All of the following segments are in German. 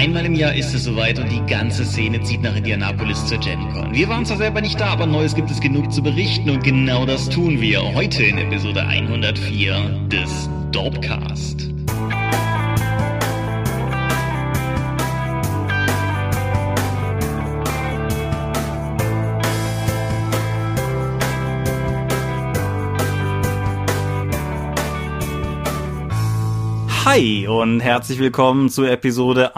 Einmal im Jahr ist es soweit und die ganze Szene zieht nach Indianapolis zur Gen-Con. Wir waren zwar selber nicht da, aber Neues gibt es genug zu berichten und genau das tun wir heute in Episode 104 des Dorpcast. Hi und herzlich willkommen zu Episode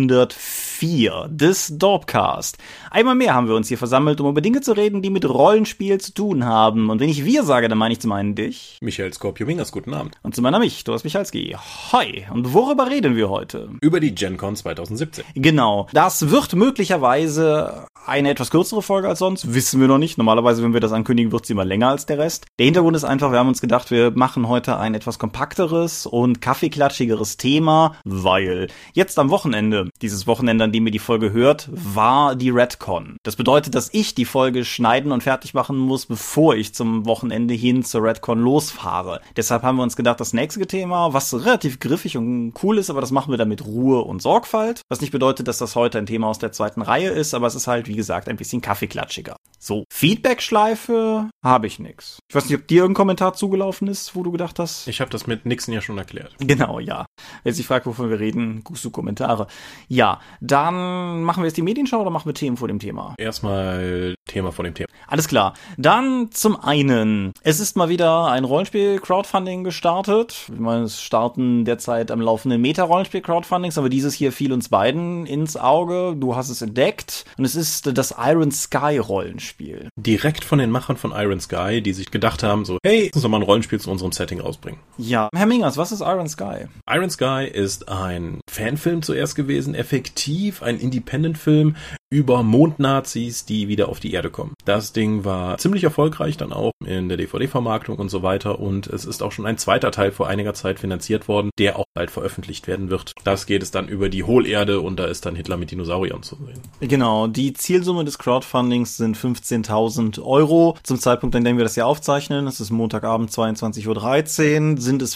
104 des Dorpcast. Einmal mehr haben wir uns hier versammelt, um über Dinge zu reden, die mit Rollenspiel zu tun haben. Und wenn ich wir sage, dann meine ich zum einen dich. Michael Skorpio-Wingers, guten Abend. Und zum anderen mich, Thomas Michalski. Hi. Und worüber reden wir heute? Über die Gen-Con 2017. Genau. Das wird möglicherweise eine etwas kürzere Folge als sonst. Wissen wir noch nicht. Normalerweise, wenn wir das ankündigen, wird sie immer länger als der Rest. Der Hintergrund ist einfach, wir haben uns gedacht, wir machen heute ein etwas kompakteres und kaffeeklatschigeres Thema, weil jetzt am Wochenende, dieses Wochenende, an dem ihr die Folge hört, war die Redcon. Das bedeutet, dass ich die Folge schneiden und fertig machen muss, bevor ich zum Wochenende hin zur Redcon losfahre. Deshalb haben wir uns gedacht, das nächste Thema, was relativ griffig und cool ist, aber das machen wir dann mit Ruhe und Sorgfalt. Was nicht bedeutet, dass das heute ein Thema aus der zweiten Reihe ist, aber es ist halt, wie gesagt, ein bisschen kaffeeklatschiger. So, Feedback-Schleife habe ich nix. Ich weiß nicht, ob dir irgendein Kommentar zugelaufen ist, wo du gedacht hast. Ich habe das mit Nixon ja schon erklärt. Genau, ja. Wer sich fragt, wovon wir reden, guckst du Kommentare. Ja, dann machen wir jetzt die Medienschau oder machen wir Themen vor dem Thema? Erstmal Thema vor dem Thema. Alles klar. Dann zum einen, es ist mal wieder ein Rollenspiel-Crowdfunding gestartet. Ich meine, es starten derzeit am laufenden Meta-Rollenspiel-Crowdfundings, aber dieses hier fiel uns beiden ins Auge. Du hast es entdeckt und es ist das Iron Sky Rollenspiel. Direkt von den Machern von Iron Sky, die sich gedacht haben, so, hey, lass uns doch mal ein Rollenspiel zu unserem Setting rausbringen. Ja. Herr Mingers, was ist Iron Sky? Iron Sky ist ein Fanfilm zuerst gewesen, effektiv ein Independent-Film über Mondnazis, die wieder auf die Erde kommen. Das Ding war ziemlich erfolgreich dann auch in der DVD-Vermarktung und so weiter und es ist auch schon ein zweiter Teil vor einiger Zeit finanziert worden, der auch bald veröffentlicht werden wird. Das geht es dann über die Hohlerde und da ist dann Hitler mit Dinosauriern zu sehen. Genau, die Zielsumme des Crowdfundings sind 15.000 €. Zum Zeitpunkt, an dem wir das hier aufzeichnen, es ist Montagabend 22.13 Uhr, sind es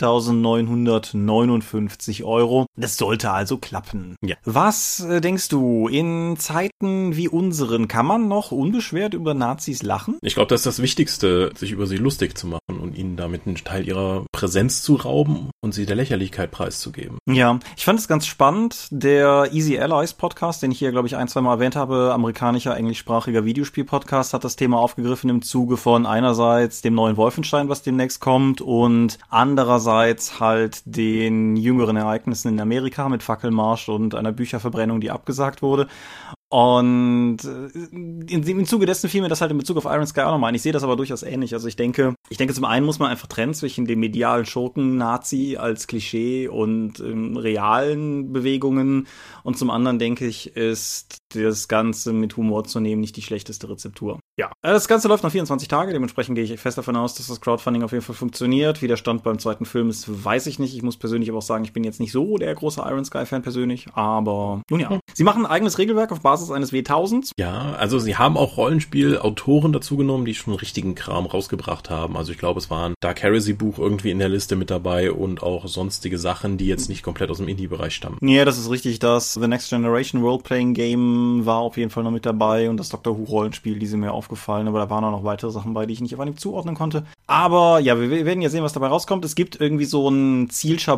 14.959 €. Das sollte also klappen. Ja. Was denkst du, in Zeiten wie unseren, kann man noch unbeschwert über Nazis lachen? Ich glaube, das ist das Wichtigste, sich über sie lustig zu machen und ihnen damit einen Teil ihrer Präsenz zu rauben und sie der Lächerlichkeit preiszugeben. Ja, ich fand es ganz spannend. Der Easy Allies Podcast, den ich hier, glaube ich, ein-, zweimal erwähnt habe, amerikanischer, englischsprachiger Videospiel-Podcast, hat das Thema aufgegriffen im Zuge von einerseits dem neuen Wolfenstein, was demnächst kommt, und andererseits halt den jüngeren Ereignissen in Amerika mit Fackelmarsch und einer Bücherverbrennung, die abgesagt wurde. Und im Zuge dessen fiel mir das halt in Bezug auf Iron Sky auch nochmal ein. Ich sehe das aber durchaus ähnlich. Also ich denke, zum einen muss man einfach trennen zwischen dem medialen Schurken-Nazi als Klischee und realen Bewegungen. Und zum anderen, denke ich, ist das Ganze mit Humor zu nehmen nicht die schlechteste Rezeptur. Ja, das Ganze läuft noch 24 Tage. Dementsprechend gehe ich fest davon aus, dass das Crowdfunding auf jeden Fall funktioniert. Wie der Stand beim zweiten Film ist, weiß ich nicht. Ich muss persönlich aber auch sagen, ich bin jetzt nicht so der große Iron Sky-Fan persönlich. Aber nun ja. Sie machen ein eigenes Regelwerk auf Basis eines W1000. Ja, also sie haben auch Rollenspiel-Autoren dazu genommen, die schon richtigen Kram rausgebracht haben. Also ich glaube, es war ein Dark Heresy-Buch irgendwie in der Liste mit dabei und auch sonstige Sachen, die jetzt nicht komplett aus dem Indie-Bereich stammen. Ja, das ist richtig. Das The Next Generation Role-Playing Game war auf jeden Fall noch mit dabei und das Doctor Who-Rollenspiel, die sind mir aufgefallen, aber da waren auch noch weitere Sachen bei, die ich nicht auf Anhieb zuordnen konnte. Aber ja, wir werden ja sehen, was dabei rauskommt. Es gibt irgendwie so ein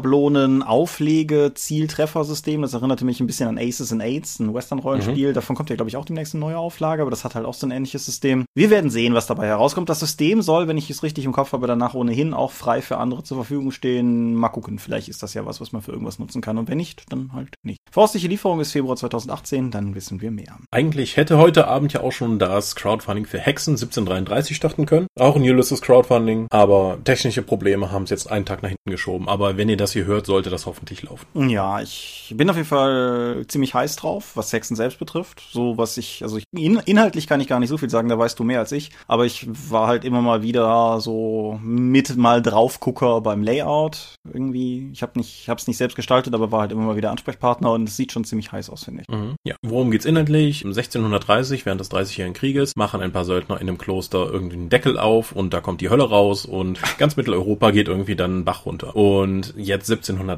Zielschablonen-Auflege-Zieltreffersystem. Das erinnerte mich ein bisschen an Aces and Eights, ein Western-Rollenspiel. Davon kommt ja, glaube ich, auch demnächst eine neue Auflage, aber das hat halt auch so ein ähnliches System. Wir werden sehen, was dabei herauskommt. Das System soll, wenn ich es richtig im Kopf habe, danach ohnehin auch frei für andere zur Verfügung stehen. Mal gucken, vielleicht ist das ja was man für irgendwas nutzen kann und wenn nicht, dann halt nicht. Voraussichtliche Lieferung ist Februar 2018, dann wissen wir mehr. Eigentlich hätte heute Abend ja auch schon das Crowdfunding für Hexen 1733 starten können. Auch ein Ulysses Crowdfunding, aber technische Probleme haben es jetzt einen Tag nach hinten geschoben. Aber wenn ihr das hier hört, sollte das hoffentlich laufen. Ja, ich bin auf jeden Fall ziemlich heiß drauf, was Hexen selbst betrifft. So inhaltlich kann ich gar nicht so viel sagen, da weißt du mehr als ich. Aber ich war halt immer mal wieder so mit mal Draufgucker beim Layout. Irgendwie, ich hab's nicht selbst gestaltet, aber war halt immer mal wieder Ansprechpartner und es sieht schon ziemlich heiß aus, finde ich. Mhm. Ja, worum geht's inhaltlich? 1630, während des 30-jährigen Krieges, machen ein paar Söldner in einem Kloster irgendwie einen Deckel auf und da kommt die Hölle raus und ganz Mitteleuropa geht irgendwie dann einen Bach runter. Und jetzt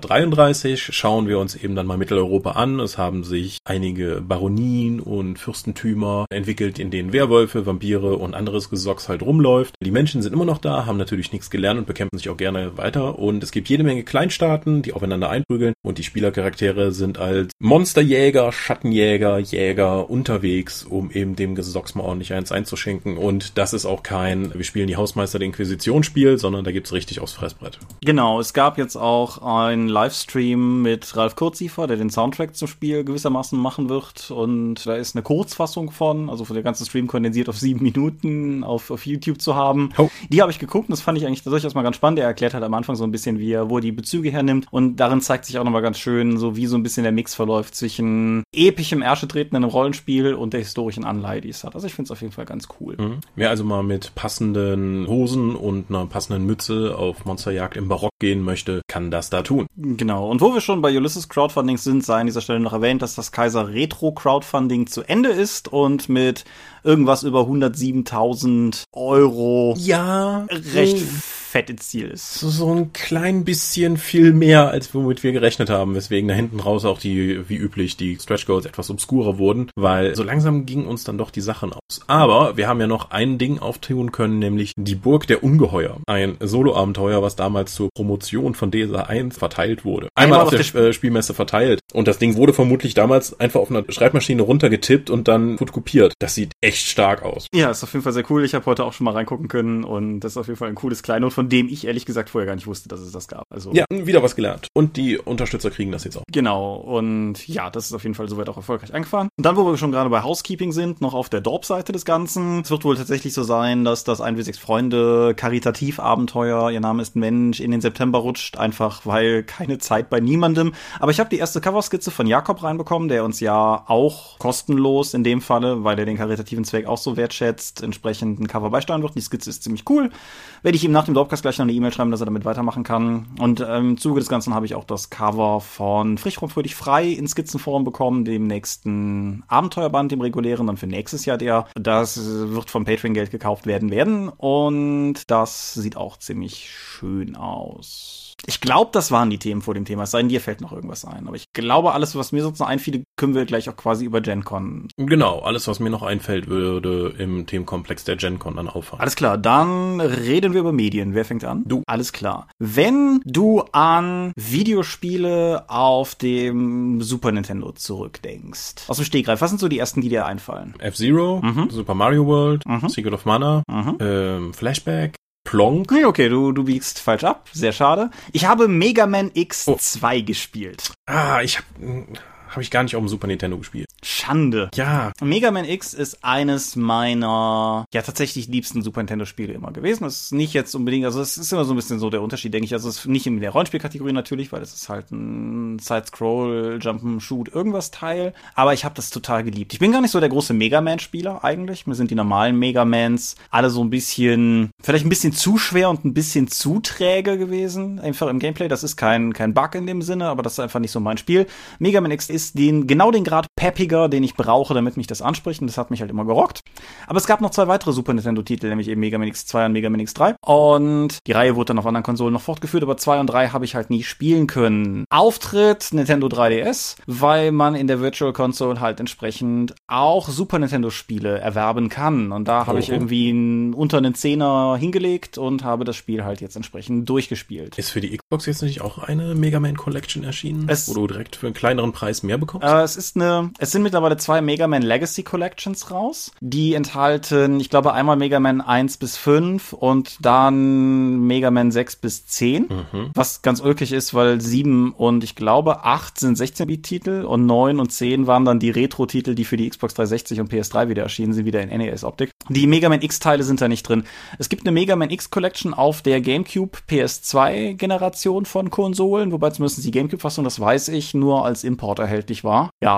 1733 schauen wir uns eben dann mal Mitteleuropa an. Es haben sich einige Baronien und Fürstentümer entwickelt, in denen Werwölfe, Vampire und anderes Gesocks halt rumläuft. Die Menschen sind immer noch da, haben natürlich nichts gelernt und bekämpfen sich auch gerne weiter. Und es gibt jede Menge Kleinstaaten, die aufeinander einprügeln und die Spielercharaktere sind als Monsterjäger, Schattenjäger, Jäger unterwegs, um eben dem Gesocks mal ordentlich eins einzuschenken. Und das ist auch kein, wir spielen die Hausmeister der Inquisition Spiel, sondern da gibt's richtig aufs Fressbrett. Genau, es gab jetzt auch einen Livestream mit Ralf Kurziefer, der den Soundtrack zum Spiel gewissermaßen machen wird und da ist eine Kurzfassung von, also von der ganzen Stream kondensiert auf 7 Minuten auf YouTube zu haben. Oh. Die habe ich geguckt und das fand ich eigentlich durchaus mal ganz spannend. Er erklärt halt am Anfang so ein bisschen, wo er die Bezüge hernimmt und darin zeigt sich auch nochmal ganz schön, so wie so ein bisschen der Mix verläuft zwischen epischem Ärsche-Treten in einem Rollenspiel und der historischen Anleihe, die es hat. Also ich finde es auf jeden Fall ganz cool. Wer also mal mit passenden Hosen und einer passenden Mütze auf Monsterjagd im Barock gehen möchte, kann das da tun. Genau. Und wo wir schon bei Ulysses Crowdfunding sind, sei an dieser Stelle noch erwähnt, dass das Kaiser Retro Crowdfunding zu Ende ist und mit irgendwas über 107.000 Euro recht fett ins Ziel ist. So ein klein bisschen viel mehr, als womit wir gerechnet haben, weswegen da hinten raus auch wie üblich, die Stretch Goals etwas obskurer wurden, weil so langsam gingen uns dann doch die Sachen aus. Aber wir haben ja noch ein Ding auftun können, nämlich die Burg der Ungeheuer. Ein Solo-Abenteuer, was damals zur Promotion von DSA 1 verteilt wurde. Einmal auf der Spielmesse verteilt. Und das Ding wurde vermutlich damals einfach auf einer Schreibmaschine runtergetippt und dann fotokopiert. Das sieht echt stark aus. Ja, ist auf jeden Fall sehr cool. Ich habe heute auch schon mal reingucken können und das ist auf jeden Fall ein cooles Kleinod, von dem ich ehrlich gesagt vorher gar nicht wusste, dass es das gab. Also ja, wieder was gelernt. Und die Unterstützer kriegen das jetzt auch. Genau. Und ja, das ist auf jeden Fall soweit auch erfolgreich angefahren. Und dann, wo wir schon gerade bei Housekeeping sind, noch auf der Dorp-Seite des Ganzen. Es wird wohl tatsächlich so sein, dass das 1W6 Freunde Karitativ-Abenteuer, ihr Name ist Mensch, in den September rutscht, einfach weil keine Zeit bei niemandem. Aber ich habe die erste Coverskizze von Jakob reinbekommen, der uns ja auch kostenlos in dem Falle, weil er den karitativen Zweck auch so wertschätzt, entsprechend ein Cover beisteuern wird. Die Skizze ist ziemlich cool. Werde ich ihm nach dem Dorpcast gleich noch eine E-Mail schreiben, dass er damit weitermachen kann. Und im Zuge des Ganzen habe ich auch das Cover von Frisch, fröhlich, frei in Skizzenform bekommen, dem nächsten Abenteuerband, dem regulären, dann für nächstes Jahr der. Das wird vom Patreon-Geld gekauft werden. Und das sieht auch ziemlich schön aus. Ich glaube, das waren die Themen vor dem Thema. Es sei denn, dir fällt noch irgendwas ein. Aber ich glaube, alles, was mir sonst noch einfiel, können wir gleich auch quasi über GenCon. Genau, alles, was mir noch einfällt, würde im Themenkomplex der GenCon dann auffallen. Alles klar, dann reden wir über Medien. Wer fängt an? Du. Alles klar. Wenn du an Videospiele auf dem Super Nintendo zurückdenkst, aus dem Stegreif, was sind so die ersten, die dir einfallen? F-Zero, Super Mario World, Secret of Mana, Flashback, Plonk. Okay, du biegst falsch ab. Sehr schade. Ich habe Mega Man X2 gespielt. Habe ich gar nicht auf dem Super Nintendo gespielt. Schande. Ja. Mega Man X ist eines meiner, tatsächlich liebsten Super Nintendo-Spiele immer gewesen. Es ist nicht jetzt unbedingt, also es ist immer so ein bisschen so der Unterschied, denke ich. Also es ist nicht in der Rollenspielkategorie natürlich, weil es ist halt ein Side-Scroll, Jump'n'Shoot, irgendwas Teil. Aber ich habe das total geliebt. Ich bin gar nicht so der große Mega Man-Spieler eigentlich. Mir sind die normalen Mega Mans alle so vielleicht ein bisschen zu schwer und ein bisschen zu träge gewesen. Einfach im Gameplay. Das ist kein Bug in dem Sinne, aber das ist einfach nicht so mein Spiel. Mega Man X ist genau den Grad peppiger, den ich brauche, damit mich das anspricht. Und das hat mich halt immer gerockt. Aber es gab noch 2 weitere Super Nintendo-Titel, nämlich eben Mega Man X2 und Mega Man X3. Und die Reihe wurde dann auf anderen Konsolen noch fortgeführt, aber 2 und 3 habe ich halt nie spielen können. Auftritt Nintendo 3DS, weil man in der Virtual Console halt entsprechend auch Super Nintendo-Spiele erwerben kann. Und da habe ich irgendwie unter einen Zehner hingelegt und habe das Spiel halt jetzt entsprechend durchgespielt. Ist für die Xbox jetzt nicht auch eine Mega Man Collection erschienen, wo du direkt für einen kleineren Preis mehr bekommst? Es sind mittlerweile 2 Mega Man Legacy Collections raus. Die enthalten, ich glaube, einmal Mega Man 1 bis 5 und dann Mega Man 6 bis 10. Was ganz ulkig ist, weil 7 und ich glaube 8 sind 16-Bit-Titel und 9 und 10 waren dann die Retro-Titel, die für die Xbox 360 und PS3 wieder erschienen sind, wieder in NES-Optik. Die Mega Man X-Teile sind da nicht drin. Es gibt eine Mega Man X-Collection auf der GameCube PS2-Generation von Konsolen, wobei zumindest die GameCube-Fassung, das weiß ich, nur als Import erhältlich war. Ja, ist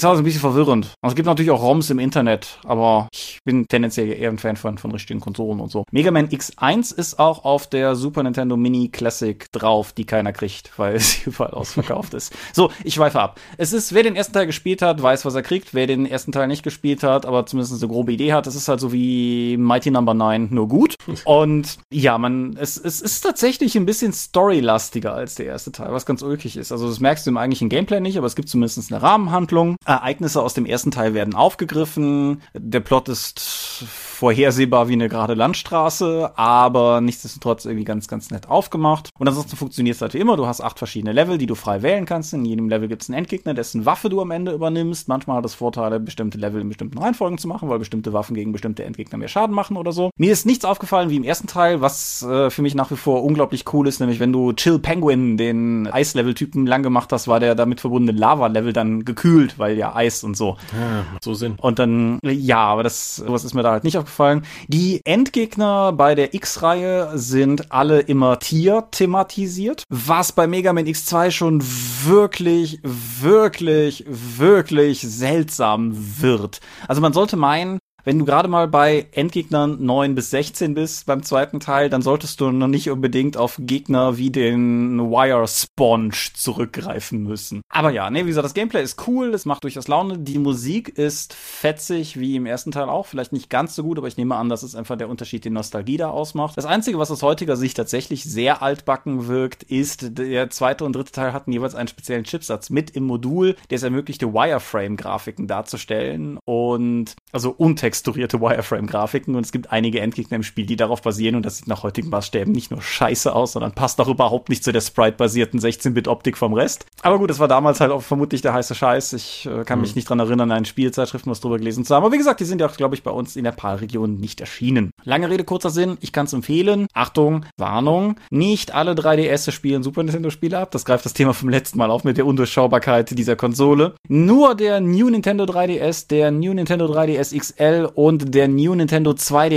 alles ein bisschen verwirrend. Also es gibt natürlich auch ROMs im Internet, aber ich bin tendenziell eher ein Fan von richtigen Konsolen und so. Mega Man X1 ist auch auf der Super Nintendo Mini Classic drauf, die keiner kriegt, weil sie überall ausverkauft ist. So, ich schweife ab. Es ist, wer den ersten Teil gespielt hat, weiß, was er kriegt. Wer den ersten Teil nicht gespielt hat, aber zumindest eine grobe Idee hat, es ist halt so wie Mighty Number 9, nur gut. Und ja, es ist tatsächlich ein bisschen storylastiger als der erste Teil, was ganz ulkig ist. Also das merkst du im eigentlichen Gameplay nicht, aber es gibt zumindest eine Rahmenhandlung. Ereignisse aus dem ersten Teil werden aufgegriffen. Der Plot ist vorhersehbar wie eine gerade Landstraße, aber nichtsdestotrotz irgendwie ganz, ganz nett aufgemacht. Und ansonsten funktioniert es halt wie immer. Du hast 8 verschiedene Level, die du frei wählen kannst. In jedem Level gibt es einen Endgegner, dessen Waffe du am Ende übernimmst. Manchmal hat es Vorteile, bestimmte Level in bestimmten Reihenfolgen zu machen, weil bestimmte Waffen gegen bestimmte Endgegner mehr Schaden machen oder so. Mir ist nichts aufgefallen wie im ersten Teil, was für mich nach wie vor unglaublich cool ist, nämlich wenn du Chill Penguin, den Eislevel-Typen, lang gemacht hast, war der damit verbundene Lava-Level dann gekühlt, weil ja Eis und so. Ja, macht so Sinn. Und dann, ja, aber sowas ist mir da halt nicht aufgefallen. Die Endgegner bei der X-Reihe sind alle immer Tier-thematisiert, was bei Mega Man X2 schon wirklich, wirklich, wirklich seltsam wird. Also man sollte meinen, wenn du gerade mal bei Endgegnern 9 bis 16 bist beim zweiten Teil, dann solltest du noch nicht unbedingt auf Gegner wie den Wire Sponge zurückgreifen müssen. Aber ja, wie gesagt, das Gameplay ist cool, es macht durchaus Laune. Die Musik ist fetzig, wie im ersten Teil auch. Vielleicht nicht ganz so gut, aber ich nehme an, das ist einfach der Unterschied, den Nostalgie da ausmacht. Das Einzige, was aus heutiger Sicht tatsächlich sehr altbacken wirkt, ist, der zweite und dritte Teil hatten jeweils einen speziellen Chipsatz mit im Modul, der es ermöglichte, Wireframe-Grafiken darzustellen und also untexturierte Wireframe-Grafiken, und es gibt einige Endgegner im Spiel, die darauf basieren, und das sieht nach heutigen Maßstäben nicht nur scheiße aus, sondern passt auch überhaupt nicht zu der Sprite-basierten 16-Bit-Optik vom Rest. Aber gut, das war damals halt auch vermutlich der heiße Scheiß. Ich kann mich nicht dran erinnern, in Spielzeitschriften was drüber gelesen zu haben. Aber wie gesagt, die sind ja auch, glaube ich, bei uns in der PAL-Region nicht erschienen. Lange Rede, kurzer Sinn, ich kann es empfehlen. Achtung, Warnung, nicht alle 3DS spielen Super Nintendo-Spiele ab. Das greift das Thema vom letzten Mal auf mit der Undurchschaubarkeit dieser Konsole. Nur der New Nintendo 3DS, der New Nintendo 3DS XL und der New Nintendo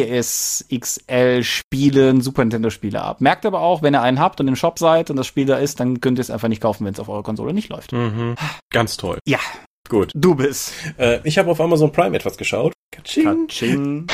2DS XL spielen Super Nintendo-Spiele ab. Merkt aber auch, wenn ihr einen habt und im Shop seid und das Spiel da ist, dann könnt ihr es einfach nicht kaufen, wenn es auf eurer Konsole nicht läuft. Mhm. Ganz toll. Ja. Gut. Du bist. Ich habe auf Amazon Prime etwas geschaut. Katsching. Katsching.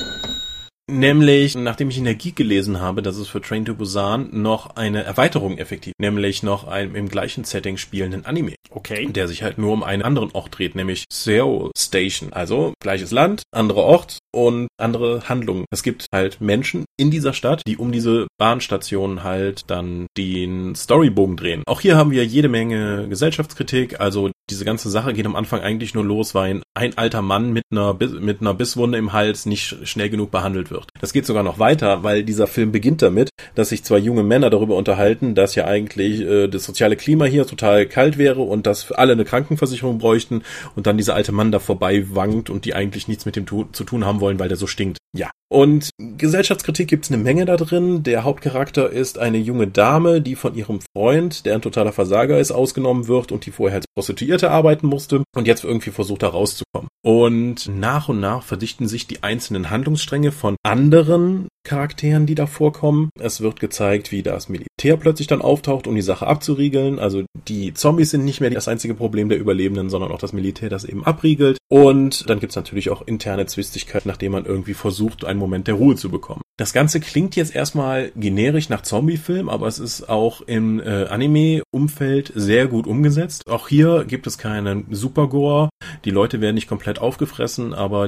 Nämlich, nachdem ich in der Geek gelesen habe, dass es für Train to Busan noch eine Erweiterung effektiv, nämlich noch einen im gleichen Setting spielenden Anime. Okay. Der sich halt nur um einen anderen Ort dreht, nämlich Seoul Station. Also gleiches Land, anderer Ort und andere Handlungen. Es gibt halt Menschen in dieser Stadt, die um diese Bahnstation halt dann den Storybogen drehen. Auch hier haben wir jede Menge Gesellschaftskritik. Also diese ganze Sache geht am Anfang eigentlich nur los, weil ein alter Mann mit einer Bisswunde im Hals nicht schnell genug behandelt wird. Das geht sogar noch weiter, weil dieser Film beginnt damit, dass sich zwei junge Männer darüber unterhalten, dass ja eigentlich das soziale Klima hier total kalt wäre und dass alle eine Krankenversicherung bräuchten, und dann dieser alte Mann da vorbei wankt und die eigentlich nichts mit dem zu tun haben wollen, weil der so stinkt. Ja. Und Gesellschaftskritik gibt's eine Menge da drin. Der Hauptcharakter ist eine junge Dame, die von ihrem Freund, der ein totaler Versager ist, ausgenommen wird und die vorher als Prostituierte arbeiten musste und jetzt irgendwie versucht, da rauszukommen. Und nach verdichten sich die einzelnen Handlungsstränge von anderen Charakteren, die da vorkommen. Es wird gezeigt, wie das Militär plötzlich dann auftaucht, um die Sache abzuriegeln. Also die Zombies sind nicht mehr das einzige Problem der Überlebenden, sondern auch das Militär, das eben abriegelt. Und dann gibt's natürlich auch interne Zwistigkeiten, nachdem man irgendwie versucht, einen Moment der Ruhe zu bekommen. Das Ganze klingt jetzt erstmal generisch nach Zombie-Film, aber es ist auch im Anime-Umfeld sehr gut umgesetzt. Auch hier gibt es keinen Super-Gore. Die Leute werden nicht komplett aufgefressen, aber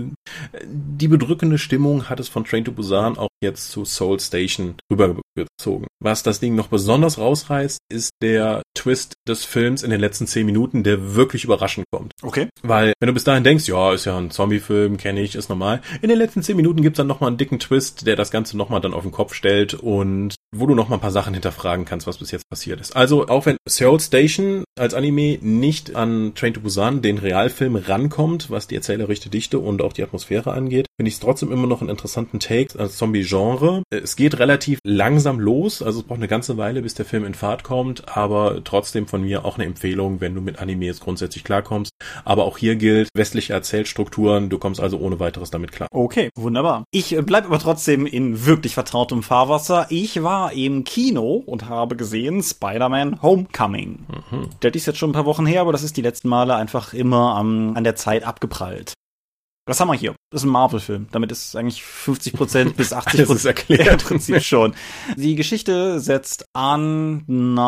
die bedrückende Stimmung hat es von Train to Busan auch jetzt zu Seoul Station rübergezogen. Was das Ding noch besonders rausreißt, ist der Twist des Films in den letzten 10 Minuten, der wirklich überraschend kommt. Okay. Weil, wenn du bis dahin denkst, ja, ist ja ein Zombie-Film, kenne ich, ist normal. In den letzten 10 Minuten gibt's dann nochmal einen dicken Twist, der das Ganze nochmal dann auf den Kopf stellt und wo du nochmal ein paar Sachen hinterfragen kannst, was bis jetzt passiert ist. Also, auch wenn Seoul Station als Anime nicht an Train to Busan, den Realfilm, rankommt, was die erzählerische Dichte und auch die Atmosphäre angeht, finde ich es trotzdem immer noch einen interessanten Take als Zombie-Genre. Es geht relativ langsam los, also es braucht eine ganze Weile, bis der Film in Fahrt kommt, aber trotzdem von mir auch eine Empfehlung, wenn du mit Anime jetzt grundsätzlich klarkommst. Aber auch hier gilt, westliche Erzählstrukturen, du kommst also ohne weiteres damit klar. Okay, wunderbar. Ich bleibe aber trotzdem in wirklich vertrautem Fahrwasser. Ich war war im Kino und habe gesehen Spider-Man Homecoming. Der ist jetzt schon ein paar Wochen her, aber das ist die letzten Male einfach immer an der Zeit abgeprallt. Was haben wir hier? Das ist ein Marvel-Film. Damit ist eigentlich 50% bis 80% erklärt. Im Prinzip schon. Die Geschichte setzt an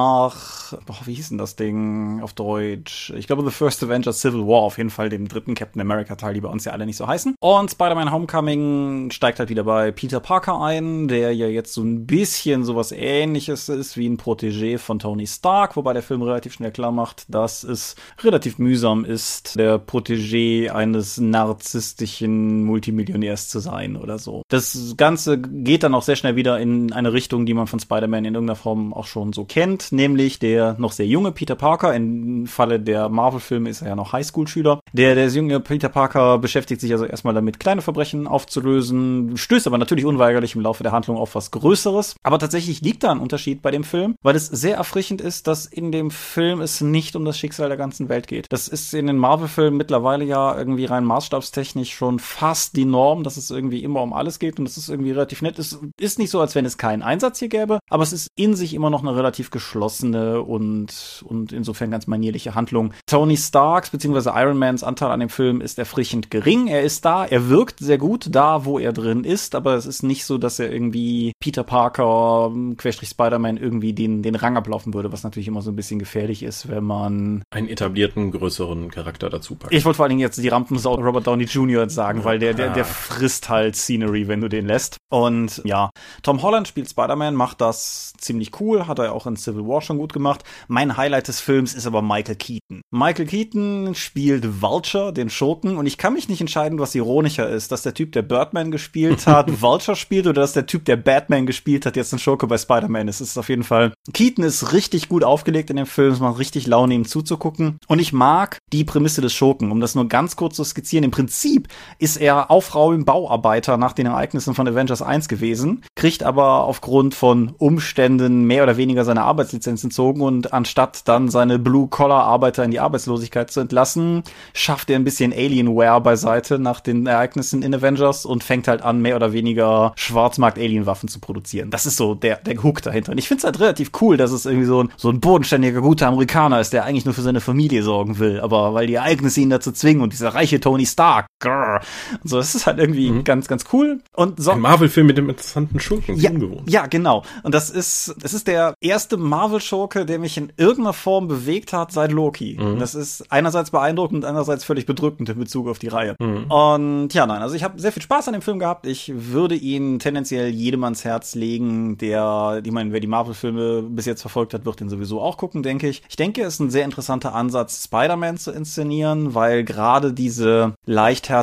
nach, wie hieß denn das Ding auf Deutsch? Ich glaube, The First Avengers Civil War, auf jeden Fall dem dritten Captain America-Teil, die bei uns ja alle nicht so heißen. Und Spider-Man Homecoming steigt halt wieder bei Peter Parker ein, der ja jetzt so ein bisschen sowas Ähnliches ist wie ein Protégé von Tony Stark, wobei der Film relativ schnell klar macht, dass es relativ mühsam ist, der Protégé eines narzisstischen Multimillionärs zu sein oder so. Das Ganze geht dann auch sehr schnell wieder in eine Richtung, die man von Spider-Man in irgendeiner Form auch schon so kennt, nämlich der noch sehr junge Peter Parker. Im Falle der Marvel-Filme ist er ja noch Highschool-Schüler. Der junge Peter Parker beschäftigt sich also erstmal damit, kleine Verbrechen aufzulösen, stößt aber natürlich unweigerlich im Laufe der Handlung auf was Größeres. Aber tatsächlich liegt da ein Unterschied bei dem Film, weil es sehr erfrischend ist, dass in dem Film es nicht um das Schicksal der ganzen Welt geht. Das ist in den Marvel-Filmen mittlerweile ja irgendwie rein maßstabstechnisch schon fast die Norm, dass es irgendwie immer um alles geht und das ist irgendwie relativ nett. Es ist nicht so, als wenn es keinen Einsatz hier gäbe, aber es ist in sich immer noch eine relativ geschlossene und insofern ganz manierliche Handlung. Tony Starks bzw. Iron Mans Anteil an dem Film ist erfrischend gering. Er ist da, er wirkt sehr gut da, wo er drin ist, aber es ist nicht so, dass er irgendwie Peter Parker / Spider-Man irgendwie den Rang ablaufen würde, was natürlich immer so ein bisschen gefährlich ist, wenn man einen etablierten, größeren Charakter dazu packt. Ich wollte vor allen Dingen jetzt die Rampensau Robert Downey Jr. sagen, weil der frisst halt Scenery, wenn du den lässt. Und ja, Tom Holland spielt Spider-Man, macht das ziemlich cool, hat er auch in Civil War schon gut gemacht. Mein Highlight des Films ist aber Michael Keaton. Michael Keaton spielt Vulture, den Schurken, und ich kann mich nicht entscheiden, was ironischer ist, dass der Typ, der Birdman gespielt hat, Vulture spielt, oder dass der Typ, der Batman gespielt hat, jetzt ein Schurke bei Spider-Man ist. Es ist auf jeden Fall, Keaton ist richtig gut aufgelegt in dem Film, es macht richtig Laune, ihm zuzugucken. Und ich mag die Prämisse des Schurken, um das nur ganz kurz zu skizzieren. Im Prinzip ist er Bauarbeiter nach den Ereignissen von Avengers 1 gewesen, kriegt aber aufgrund von Umständen mehr oder weniger seine Arbeitslizenz entzogen und anstatt dann seine Blue-Collar-Arbeiter in die Arbeitslosigkeit zu entlassen, schafft er ein bisschen Alienware beiseite nach den Ereignissen in Avengers und fängt halt an, mehr oder weniger Schwarzmarkt-Alien-Waffen zu produzieren. Das ist so der Hook dahinter. Und ich finde es halt relativ cool, dass es irgendwie so ein bodenständiger, guter Amerikaner ist, der eigentlich nur für seine Familie sorgen will, aber weil die Ereignisse ihn dazu zwingen und dieser reiche Tony Stark, und so, das ist halt irgendwie ganz, ganz cool. Und so, ein Marvel-Film mit dem interessanten Schurken, ja, ungewohnt. Ja, genau. Und es ist der erste Marvel-Schurke, der mich in irgendeiner Form bewegt hat seit Loki. Das ist einerseits beeindruckend und andererseits völlig bedrückend in Bezug auf die Reihe. Und ja, also ich habe sehr viel Spaß an dem Film gehabt. Ich würde ihn tendenziell jedem ans Herz legen, wer die Marvel-Filme bis jetzt verfolgt hat, wird den sowieso auch gucken, denke ich. Ich denke, es ist ein sehr interessanter Ansatz, Spider-Man zu inszenieren, weil gerade diese leichtherzige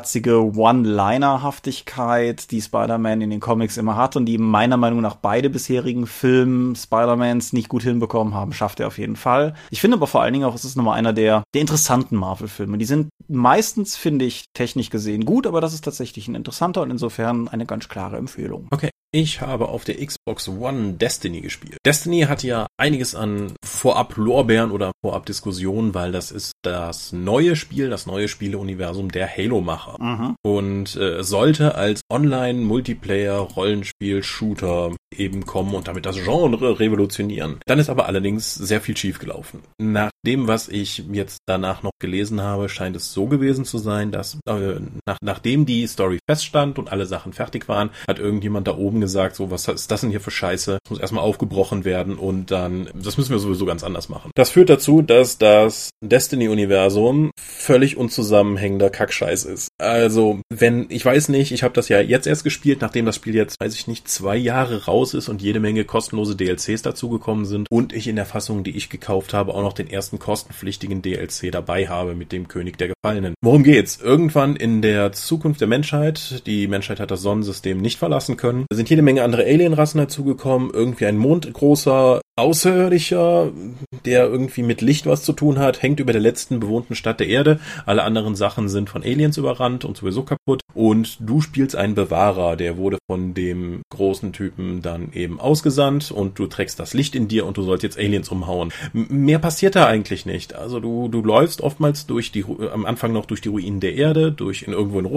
One-Liner-Haftigkeit, die Spider-Man in den Comics immer hat und die meiner Meinung nach beide bisherigen Filme Spider-Mans nicht gut hinbekommen haben, schafft er auf jeden Fall. Ich finde aber vor allen Dingen auch, es ist nochmal einer der interessanten Marvel-Filme. Die sind meistens, finde ich, technisch gesehen gut, aber das ist tatsächlich ein interessanter und insofern eine ganz klare Empfehlung. Okay. Ich habe auf der Xbox One Destiny gespielt. Destiny hat ja einiges an Vorab-Lorbeeren oder Vorab-Diskussionen, weil das ist das neue Spieleuniversum der Halo-Macher. Und sollte als Online-Multiplayer-Rollenspiel-Shooter eben kommen und damit das Genre revolutionieren. Dann ist aber allerdings sehr viel schiefgelaufen. Nach dem, was ich jetzt danach noch gelesen habe, scheint es so gewesen zu sein, dass nachdem die Story feststand und alle Sachen fertig waren, hat irgendjemand da oben gesagt, so, was ist das denn hier für Scheiße? Das muss erstmal aufgebrochen werden und dann, das müssen wir sowieso ganz anders machen. Das führt dazu, dass das Destiny-Universum völlig unzusammenhängender Kackscheiß ist. Also, ich weiß nicht, ich habe das ja jetzt erst gespielt, nachdem das Spiel jetzt, 2 Jahre raus ist und jede Menge kostenlose DLCs dazugekommen sind und ich in der Fassung, die ich gekauft habe, auch noch den ersten kostenpflichtigen DLC dabei habe mit dem König der Gefallenen. Worum geht's? Irgendwann in der Zukunft der Menschheit, die Menschheit hat das Sonnensystem nicht verlassen können, sind jede Menge andere Alienrassen dazugekommen, irgendwie ein mondgroßer Außerirdischer, der irgendwie mit Licht was zu tun hat, hängt über der letzten bewohnten Stadt der Erde. Alle anderen Sachen sind von Aliens überrannt und sowieso kaputt. Und du spielst einen Bewahrer, der wurde von dem großen Typen dann eben ausgesandt und du trägst das Licht in dir und du sollst jetzt Aliens umhauen. Mehr passiert da eigentlich nicht. Also du läufst oftmals am Anfang noch durch die Ruinen der Erde, irgendwo in Russland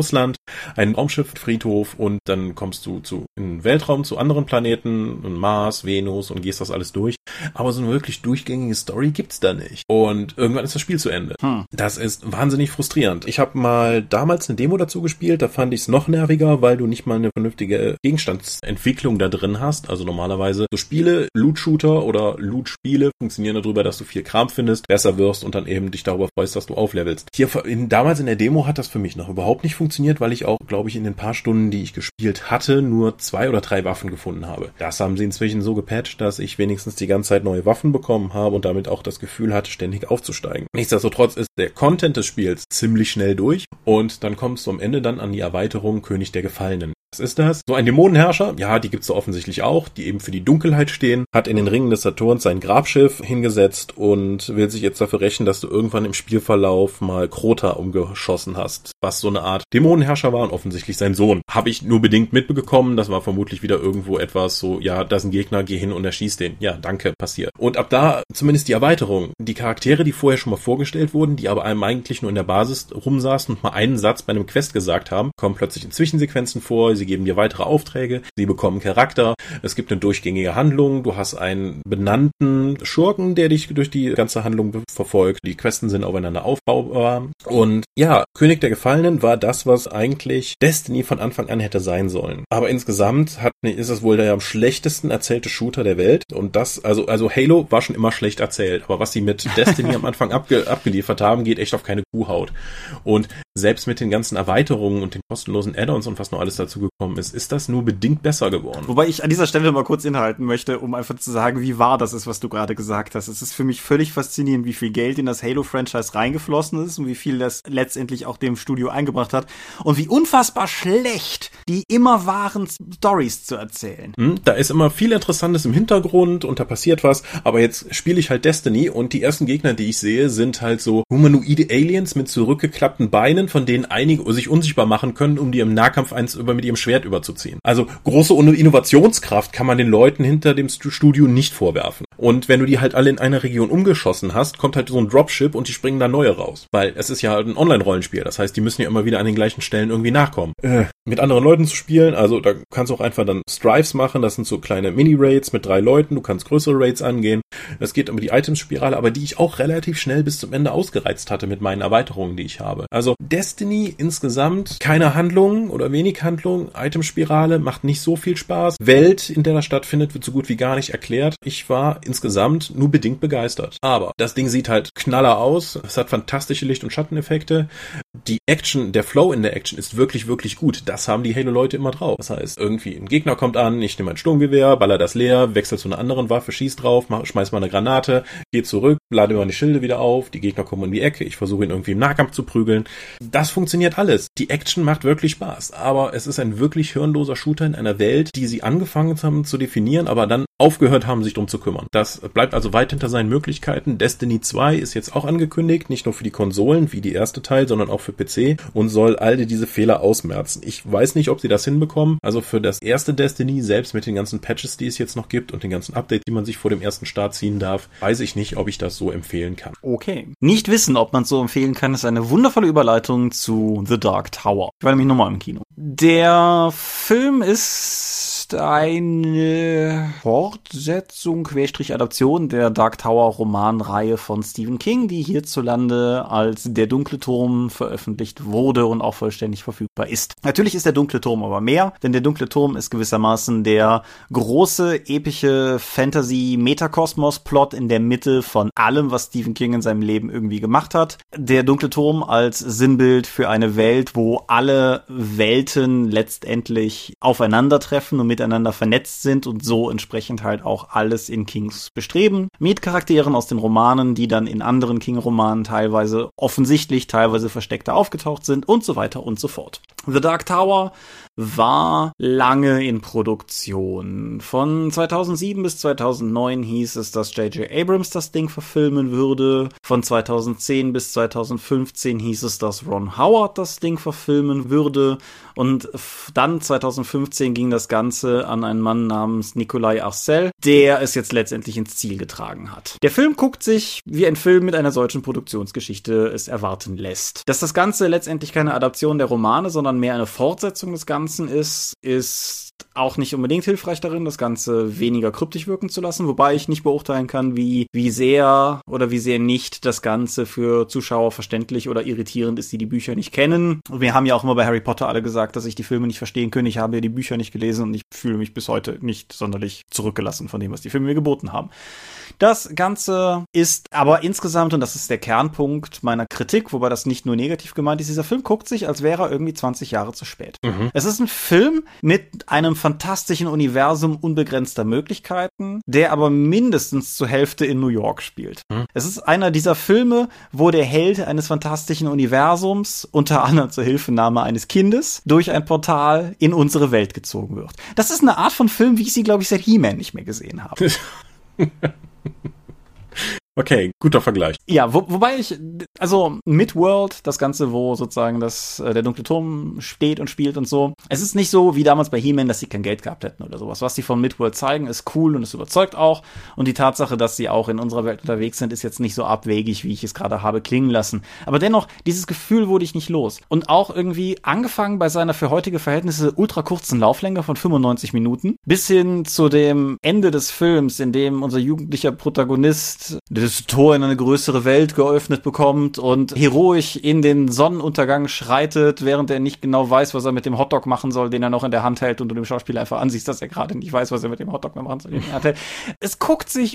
einen Raumschiff-Friedhof und dann kommst du in den Weltraum zu anderen Planeten, Mars, Venus und gehst das alles durch. Aber so eine wirklich durchgängige Story gibt's da nicht. Und irgendwann ist das Spiel zu Ende. Das ist wahnsinnig frustrierend. Ich habe mal damals eine Demo dazu gespielt, da fand ich es noch nerviger, weil du nicht mal eine vernünftige Gegenstandsentwicklung da drin hast. Also normalerweise so Spiele, Loot-Shooter oder Loot-Spiele funktionieren darüber, dass du viel Kram findest, besser wirst und dann eben dich darüber freust, dass du auflevelst. Damals in der Demo hat das für mich noch überhaupt nicht funktioniert, weil ich auch, glaube ich, in den paar Stunden, die ich gespielt hatte, nur 2 oder 3 Waffen gefunden habe. Das haben sie inzwischen so gepatcht, dass ich wenigstens die ganze Zeit neue Waffen bekommen habe und damit auch das Gefühl hatte, ständig aufzusteigen. Nichtsdestotrotz ist der Content des Spiels ziemlich schnell durch und dann kommst du am Ende dann an die Erweiterung König der Gefallenen. Was ist das? So ein Dämonenherrscher, ja, die gibt's so offensichtlich auch, die eben für die Dunkelheit stehen, hat in den Ringen des Saturns sein Grabschiff hingesetzt und will sich jetzt dafür rächen, dass du irgendwann im Spielverlauf mal Crota umgeschossen hast, was so eine Art Dämonenherrscher war und offensichtlich sein Sohn. Habe ich nur bedingt mitbekommen, das war vermutlich wieder irgendwo etwas so, ja, da ist ein Gegner, geh hin und erschieß den. Ja, danke, passiert. Und ab da zumindest die Erweiterung. Die Charaktere, die vorher schon mal vorgestellt wurden, die aber einem eigentlich nur in der Basis rumsaßen und mal einen Satz bei einem Quest gesagt haben, kommen plötzlich in Zwischensequenzen vor, sie geben dir weitere Aufträge, sie bekommen Charakter, es gibt eine durchgängige Handlung, du hast einen benannten Schurken, der dich durch die ganze Handlung verfolgt, die Questen sind aufeinander aufbaubar und ja, König der Gefallenen war das, was eigentlich Destiny von Anfang an hätte sein sollen. Aber insgesamt ist es wohl der am schlechtesten erzählte Shooter der Welt und das, also Halo war schon immer schlecht erzählt, aber was sie mit Destiny am Anfang abgeliefert haben, geht echt auf keine Kuhhaut. Und selbst mit den ganzen Erweiterungen und den kostenlosen Add-ons und was noch alles dazu gekommen ist das nur bedingt besser geworden. Wobei ich an dieser Stelle mal kurz inhalten möchte, um einfach zu sagen, wie wahr das ist, was du gerade gesagt hast. Es ist für mich völlig faszinierend, wie viel Geld in das Halo-Franchise reingeflossen ist und wie viel das letztendlich auch dem Studio eingebracht hat und wie unfassbar schlecht die immer wahren Storys zu erzählen. Da ist immer viel Interessantes im Hintergrund und da passiert was, aber jetzt spiele ich halt Destiny und die ersten Gegner, die ich sehe, sind halt so humanoide Aliens mit zurückgeklappten Beinen, von denen einige sich unsichtbar machen können, um die im Nahkampf mit ihrem Schwert überzuziehen. Also große Innovationskraft kann man den Leuten hinter dem Studio nicht vorwerfen. Und wenn du die halt alle in einer Region umgeschossen hast, kommt halt so ein Dropship und die springen da neue raus. Weil es ist ja halt ein Online-Rollenspiel, das heißt, die müssen ja immer wieder an den gleichen Stellen irgendwie nachkommen. Mit anderen Leuten zu spielen, also da kannst du auch einfach dann Strives machen, das sind so kleine Mini-Raids mit 3 Leuten, du kannst größere Raids angehen. Es geht um die Items-Spirale, aber die ich auch relativ schnell bis zum Ende ausgereizt hatte mit meinen Erweiterungen, die ich habe. Also Destiny insgesamt, keine Handlung oder wenig Handlung, Itemspirale macht nicht so viel Spaß. Welt, in der das stattfindet, wird so gut wie gar nicht erklärt. Ich war insgesamt nur bedingt begeistert. Aber das Ding sieht halt knaller aus. Es hat fantastische Licht- und Schatteneffekte. Die Action, der Flow in der Action ist wirklich, wirklich gut. Das haben die Halo-Leute immer drauf. Das heißt, irgendwie ein Gegner kommt an, ich nehme ein Sturmgewehr, baller das leer, wechsel zu einer anderen Waffe, schieß drauf, schmeiß mal eine Granate, geh zurück, lade meine Schilde wieder auf, die Gegner kommen in die Ecke, ich versuche ihn irgendwie im Nahkampf zu prügeln. Das funktioniert alles. Die Action macht wirklich Spaß, aber es ist ein wirklich hirnloser Shooter in einer Welt, die sie angefangen haben zu definieren, aber dann aufgehört haben, sich drum zu kümmern. Das bleibt also weit hinter seinen Möglichkeiten. Destiny 2 ist jetzt auch angekündigt, nicht nur für die Konsolen, wie die erste Teil, sondern auch für PC und soll all diese Fehler ausmerzen. Ich weiß nicht, ob sie das hinbekommen. Also für das erste Destiny, selbst mit den ganzen Patches, die es jetzt noch gibt und den ganzen Updates, die man sich vor dem ersten Start ziehen darf, weiß ich nicht, ob ich das so empfehlen kann. Okay. Nicht wissen, ob man es so empfehlen kann, ist eine wundervolle Überleitung zu The Dark Tower. Ich war nämlich nochmal im Kino. Der Film ist eine Fortsetzung, Adaption der Dark Tower Romanreihe von Stephen King, die hierzulande als Der dunkle Turm veröffentlicht wurde und auch vollständig verfügbar ist. Natürlich ist der dunkle Turm aber mehr, denn der dunkle Turm ist gewissermaßen der große, epische Fantasy-Metakosmos-Plot in der Mitte von allem, was Stephen King in seinem Leben irgendwie gemacht hat. Der dunkle Turm als Sinnbild für eine Welt, wo alle Welten letztendlich aufeinandertreffen und miteinander vernetzt sind und so entsprechend halt auch alles in Kings Bestreben. Mit Charakteren aus den Romanen, die dann in anderen King-Romanen teilweise offensichtlich, teilweise versteckter aufgetaucht sind und so weiter und so fort. The Dark Tower war lange in Produktion. Von 2007 bis 2009 hieß es, dass J.J. Abrams das Ding verfilmen würde. Von 2010 bis 2015 hieß es, dass Ron Howard das Ding verfilmen würde. Und dann 2015 ging das Ganze an einen Mann namens Nikolai Arcel, der es jetzt letztendlich ins Ziel getragen hat. Der Film guckt sich, wie ein Film mit einer solchen Produktionsgeschichte es erwarten lässt. Dass das Ganze letztendlich keine Adaption der Romane, sondern dann mehr eine Fortsetzung des Ganzen ist auch nicht unbedingt hilfreich darin, das Ganze weniger kryptisch wirken zu lassen, wobei ich nicht beurteilen kann, wie sehr oder wie sehr nicht das Ganze für Zuschauer verständlich oder irritierend ist, die die Bücher nicht kennen. Wir haben ja auch immer bei Harry Potter alle gesagt, dass ich die Filme nicht verstehen könnte. Ich habe ja die Bücher nicht gelesen und ich fühle mich bis heute nicht sonderlich zurückgelassen von dem, was die Filme mir geboten haben. Das Ganze ist aber insgesamt, und das ist der Kernpunkt meiner Kritik, wobei das nicht nur negativ gemeint ist, dieser Film guckt sich, als wäre er irgendwie 20 Jahre zu spät. Es ist ein Film mit einem fantastischen Universum unbegrenzter Möglichkeiten, der aber mindestens zur Hälfte in New York spielt. Es ist einer dieser Filme, wo der Held eines fantastischen Universums, unter anderem zur Hilfenahme eines Kindes, durch ein Portal in unsere Welt gezogen wird. Das ist eine Art von Film, wie ich sie, glaube ich, seit He-Man nicht mehr gesehen habe. Okay, guter Vergleich. Ja, wobei also Midworld, das Ganze, wo sozusagen der dunkle Turm steht und spielt und so. Es ist nicht so wie damals bei He-Man, dass sie kein Geld gehabt hätten oder sowas. Was sie von Midworld zeigen, ist cool und es überzeugt auch. Und die Tatsache, dass sie auch in unserer Welt unterwegs sind, ist jetzt nicht so abwegig, wie ich es gerade habe klingen lassen. Aber dennoch, dieses Gefühl wurde ich nicht los. Und auch irgendwie angefangen bei seiner für heutige Verhältnisse ultra kurzen Lauflänge von 95 Minuten bis hin zu dem Ende des Films, in dem unser jugendlicher Protagonist das Tor in eine größere Welt geöffnet bekommt und heroisch in den Sonnenuntergang schreitet, während er nicht genau weiß, was er mit dem Hotdog machen soll, den er noch in der Hand hält, und du dem Schauspieler einfach ansiehst, dass er gerade nicht weiß, was er mit dem Hotdog mehr machen soll, den er in der Hand hält. Es guckt sich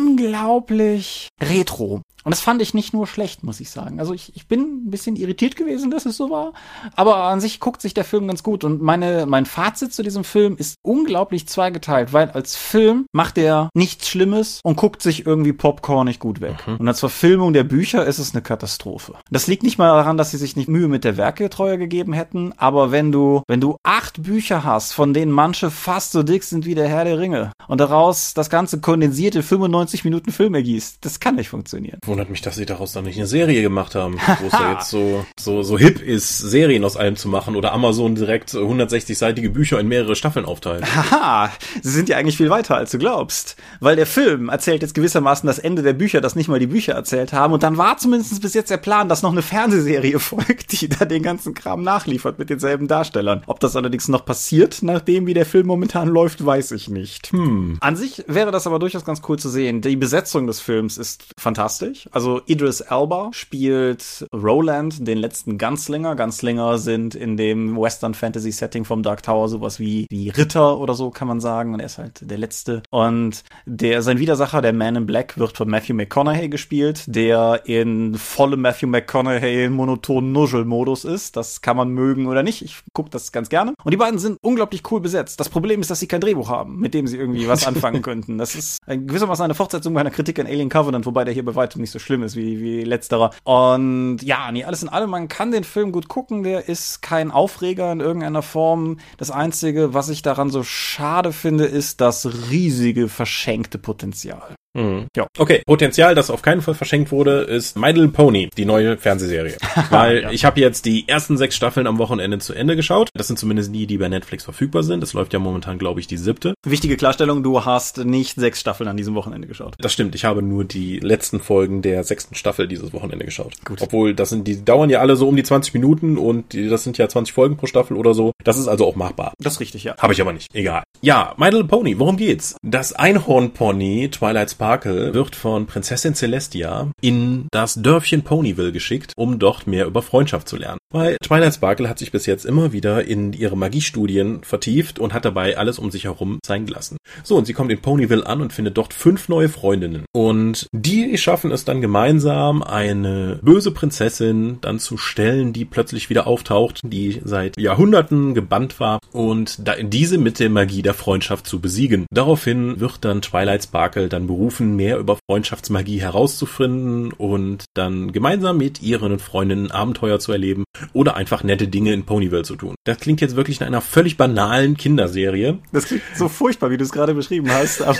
unglaublich retro. Und das fand ich nicht nur schlecht, muss ich sagen. Also ich bin ein bisschen irritiert gewesen, dass es so war, aber an sich guckt sich der Film ganz gut. Und mein Fazit zu diesem Film ist unglaublich zweigeteilt, weil als Film macht er nichts Schlimmes und guckt sich irgendwie popcornig gut weg. Und als Verfilmung der Bücher ist es eine Katastrophe. Das liegt nicht mal daran, dass sie sich nicht Mühe mit der Werketreue gegeben hätten, aber wenn du 8 Bücher hast, von denen manche fast so dick sind wie der Herr der Ringe und daraus das Ganze kondensiert in 95 Minuten Film ergießt, das kann nicht funktionieren. Wundert mich, dass sie daraus dann nicht eine Serie gemacht haben, wo es ja jetzt so hip ist, Serien aus allem zu machen oder Amazon direkt 160-seitige Bücher in mehrere Staffeln aufteilt. Haha, sie sind ja eigentlich viel weiter, als du glaubst. Weil der Film erzählt jetzt gewissermaßen das Ende der Bücher, das nicht mal die Bücher erzählt haben. Und dann war zumindest bis jetzt der Plan, dass noch eine Fernsehserie folgt, die da den ganzen Kram nachliefert mit denselben Darstellern. Ob das allerdings noch passiert, nachdem wie der Film momentan läuft, weiß ich nicht. An sich wäre das aber durchaus ganz cool zu sehen. Die Besetzung des Films ist fantastisch. Also Idris Elba spielt Roland, den letzten Gunslinger. Gunslinger sind in dem Western-Fantasy-Setting vom Dark Tower sowas wie Ritter oder so, kann man sagen. Und er ist halt der Letzte. Und sein Widersacher, der Man in Black, wird von Matthew McConaughey gespielt, der in vollem Matthew McConaughey monotonen Nuschel-Modus ist. Das kann man mögen oder nicht. Ich gucke das ganz gerne. Und die beiden sind unglaublich cool besetzt. Das Problem ist, dass sie kein Drehbuch haben, mit dem sie irgendwie was anfangen könnten. Das ist gewissermaßen eine Fortsetzung meiner Kritik an Alien Covenant, wobei der hier bei weitem nicht so schlimm ist wie letzterer. Und ja, alles in allem, man kann den Film gut gucken. Der ist kein Aufreger in irgendeiner Form. Das Einzige, was ich daran so schade finde, ist das riesige verschenkte Potenzial. Ja. Okay, Potenzial, das auf keinen Fall verschenkt wurde, ist My Little Pony, die neue Fernsehserie. Weil ja. Ich habe jetzt die ersten 6 Staffeln am Wochenende zu Ende geschaut. Das sind zumindest die bei Netflix verfügbar sind. Es läuft ja momentan, glaube ich, die 7. Wichtige Klarstellung, du hast nicht 6 Staffeln an diesem Wochenende geschaut. Das stimmt, ich habe nur die letzten Folgen der 6. Staffel dieses Wochenende geschaut. Gut. Obwohl, die dauern ja alle so um die 20 Minuten und das sind ja 20 Folgen pro Staffel oder so. Das ist also auch machbar. Das ist richtig, ja. Habe ich aber nicht. Egal. Ja, My Little Pony, worum geht's? Das Einhorn-Pony Twilight Sparkle wird von Prinzessin Celestia in das Dörfchen Ponyville geschickt, um dort mehr über Freundschaft zu lernen. Weil Twilight Sparkle hat sich bis jetzt immer wieder in ihre Magiestudien vertieft und hat dabei alles um sich herum sein gelassen. So, und sie kommt in Ponyville an und findet dort 5 neue Freundinnen. Und die schaffen es dann gemeinsam, eine böse Prinzessin dann zu stellen, die plötzlich wieder auftaucht, die seit Jahrhunderten gebannt war, und diese mit der Magie der Freundschaft zu besiegen. Daraufhin wird dann Twilight Sparkle dann berufen, mehr über Freundschaftsmagie herauszufinden und dann gemeinsam mit ihren Freundinnen Abenteuer zu erleben oder einfach nette Dinge in Ponyville zu tun. Das klingt jetzt wirklich nach einer völlig banalen Kinderserie. Das klingt so furchtbar, wie du es gerade beschrieben hast, aber...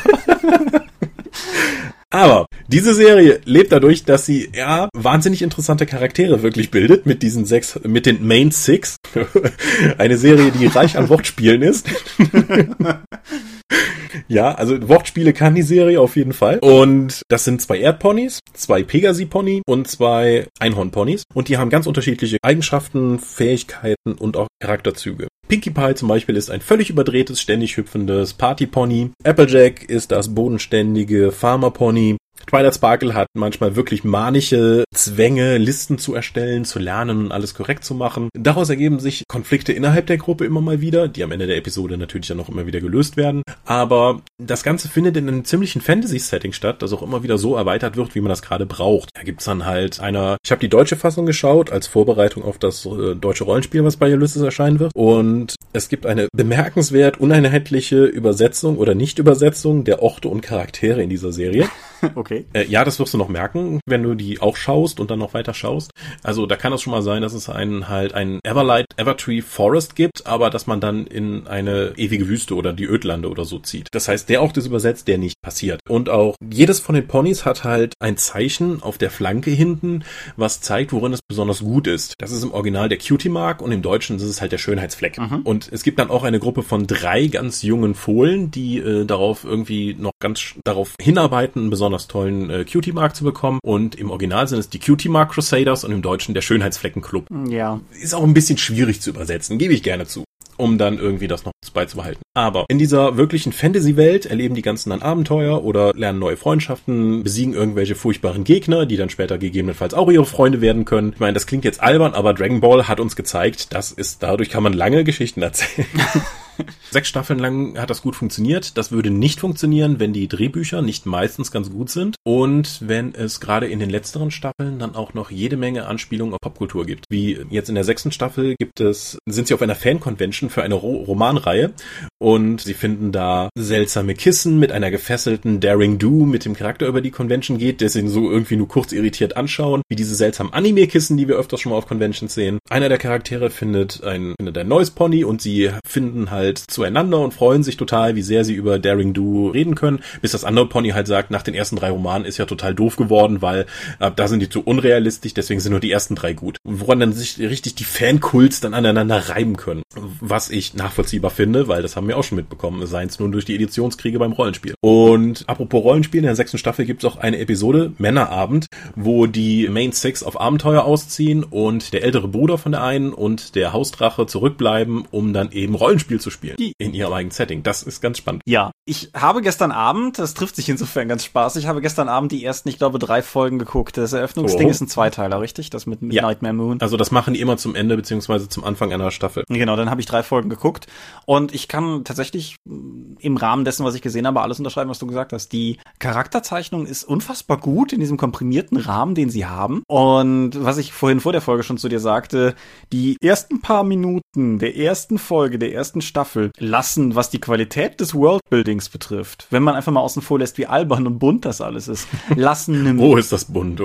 Aber diese Serie lebt dadurch, dass sie wahnsinnig interessante Charaktere wirklich bildet mit den Main 6. Eine Serie, die reich an Wortspielen ist. Ja, also Wortspiele kann die Serie auf jeden Fall. Und das sind 2 Erdponys, 2 Pegasi-Pony und 2 Einhorn-Ponys. Und die haben ganz unterschiedliche Eigenschaften, Fähigkeiten und auch Charakterzüge. Pinkie Pie zum Beispiel ist ein völlig überdrehtes, ständig hüpfendes Party-Pony. Applejack ist das bodenständige Farmer-Pony. Twilight Sparkle hat manchmal wirklich manische Zwänge, Listen zu erstellen, zu lernen und alles korrekt zu machen. Daraus ergeben sich Konflikte innerhalb der Gruppe immer mal wieder, die am Ende der Episode natürlich dann noch immer wieder gelöst werden. Aber das Ganze findet in einem ziemlichen Fantasy-Setting statt, das auch immer wieder so erweitert wird, wie man das gerade braucht. Da gibt's dann halt ich habe die deutsche Fassung geschaut, als Vorbereitung auf das deutsche Rollenspiel, was bei Ulysses erscheinen wird. Und es gibt eine bemerkenswert uneinheitliche Übersetzung oder Nicht-Übersetzung der Orte und Charaktere in dieser Serie. Okay. Ja, das wirst du noch merken, wenn du die auch schaust und dann noch weiter schaust. Also da kann es schon mal sein, dass es einen Everlight Evertree Forest gibt, aber dass man dann in eine ewige Wüste oder die Ödlande oder so zieht. Das heißt, der Ort ist übersetzt, der nicht passiert. Und auch jedes von den Ponys hat halt ein Zeichen auf der Flanke hinten, was zeigt, worin es besonders gut ist. Das ist im Original der Cutie Mark und im Deutschen ist es halt der Schönheitsfleck. Mhm. Und es gibt dann auch eine Gruppe von 3 ganz jungen Fohlen, die darauf hinarbeiten, einen besonders tollen Cutie Mark zu bekommen. Und im Original sind es die Cutie Mark Crusaders und im Deutschen der Schönheitsflecken Club. Ja. Ist auch ein bisschen schwierig zu übersetzen, gebe ich gerne zu, um dann irgendwie das noch beizubehalten. Aber in dieser wirklichen Fantasy-Welt erleben die ganzen dann Abenteuer oder lernen neue Freundschaften, besiegen irgendwelche furchtbaren Gegner, die dann später gegebenenfalls auch ihre Freunde werden können. Ich meine, das klingt jetzt albern, aber Dragon Ball hat uns gezeigt, dadurch kann man lange Geschichten erzählen. 6 Staffeln lang hat das gut funktioniert. Das würde nicht funktionieren, wenn die Drehbücher nicht meistens ganz gut sind und wenn es gerade in den letzteren Staffeln dann auch noch jede Menge Anspielungen auf Popkultur gibt. Wie jetzt in der 6. Staffel sind sie auf einer Fan-Convention für eine Romanreihe und sie finden da seltsame Kissen mit einer gefesselten Daring Do mit dem Charakter über die Convention geht, der sie so irgendwie nur kurz irritiert anschauen, wie diese seltsamen Anime-Kissen, die wir öfters schon mal auf Conventions sehen. Einer der Charaktere findet ein neues Pony und sie finden halt zueinander und freuen sich total, wie sehr sie über Daring Do reden können, bis das andere Pony halt sagt, nach den ersten 3 Romanen ist ja total doof geworden, weil da sind die zu unrealistisch, deswegen sind nur die ersten 3 gut. Woran dann sich richtig die Fankults dann aneinander reiben können. Was ich nachvollziehbar finde, weil das haben wir auch schon mitbekommen, seien es nur durch die Editionskriege beim Rollenspiel. Und apropos Rollenspiel, in der 6. Staffel gibt es auch eine Episode, Männerabend, wo die Main Six auf Abenteuer ausziehen und der ältere Bruder von der einen und der Hausdrache zurückbleiben, um dann eben Rollenspiel zu spielen in ihrem eigenen Setting. Das ist ganz spannend. Ja, ich habe gestern Abend, das trifft sich insofern ganz spaßig, ich habe gestern Abend die ersten, ich glaube, 3 Folgen geguckt. Das Eröffnungsding ist ein Zweiteiler, richtig? Das mit Nightmare Moon. Also das machen die immer zum Ende beziehungsweise zum Anfang einer Staffel. Genau, dann habe ich 3 Folgen geguckt und ich kann tatsächlich im Rahmen dessen, was ich gesehen habe, alles unterschreiben, was du gesagt hast. Die Charakterzeichnung ist unfassbar gut in diesem komprimierten Rahmen, den sie haben. Und was ich vorhin vor der Folge schon zu dir sagte, die ersten paar Minuten der ersten Folge, der ersten Staffel lassen, was die Qualität des Worldbuildings betrifft, wenn man einfach mal außen vor lässt, wie albern und bunt das alles ist, ist das bunt,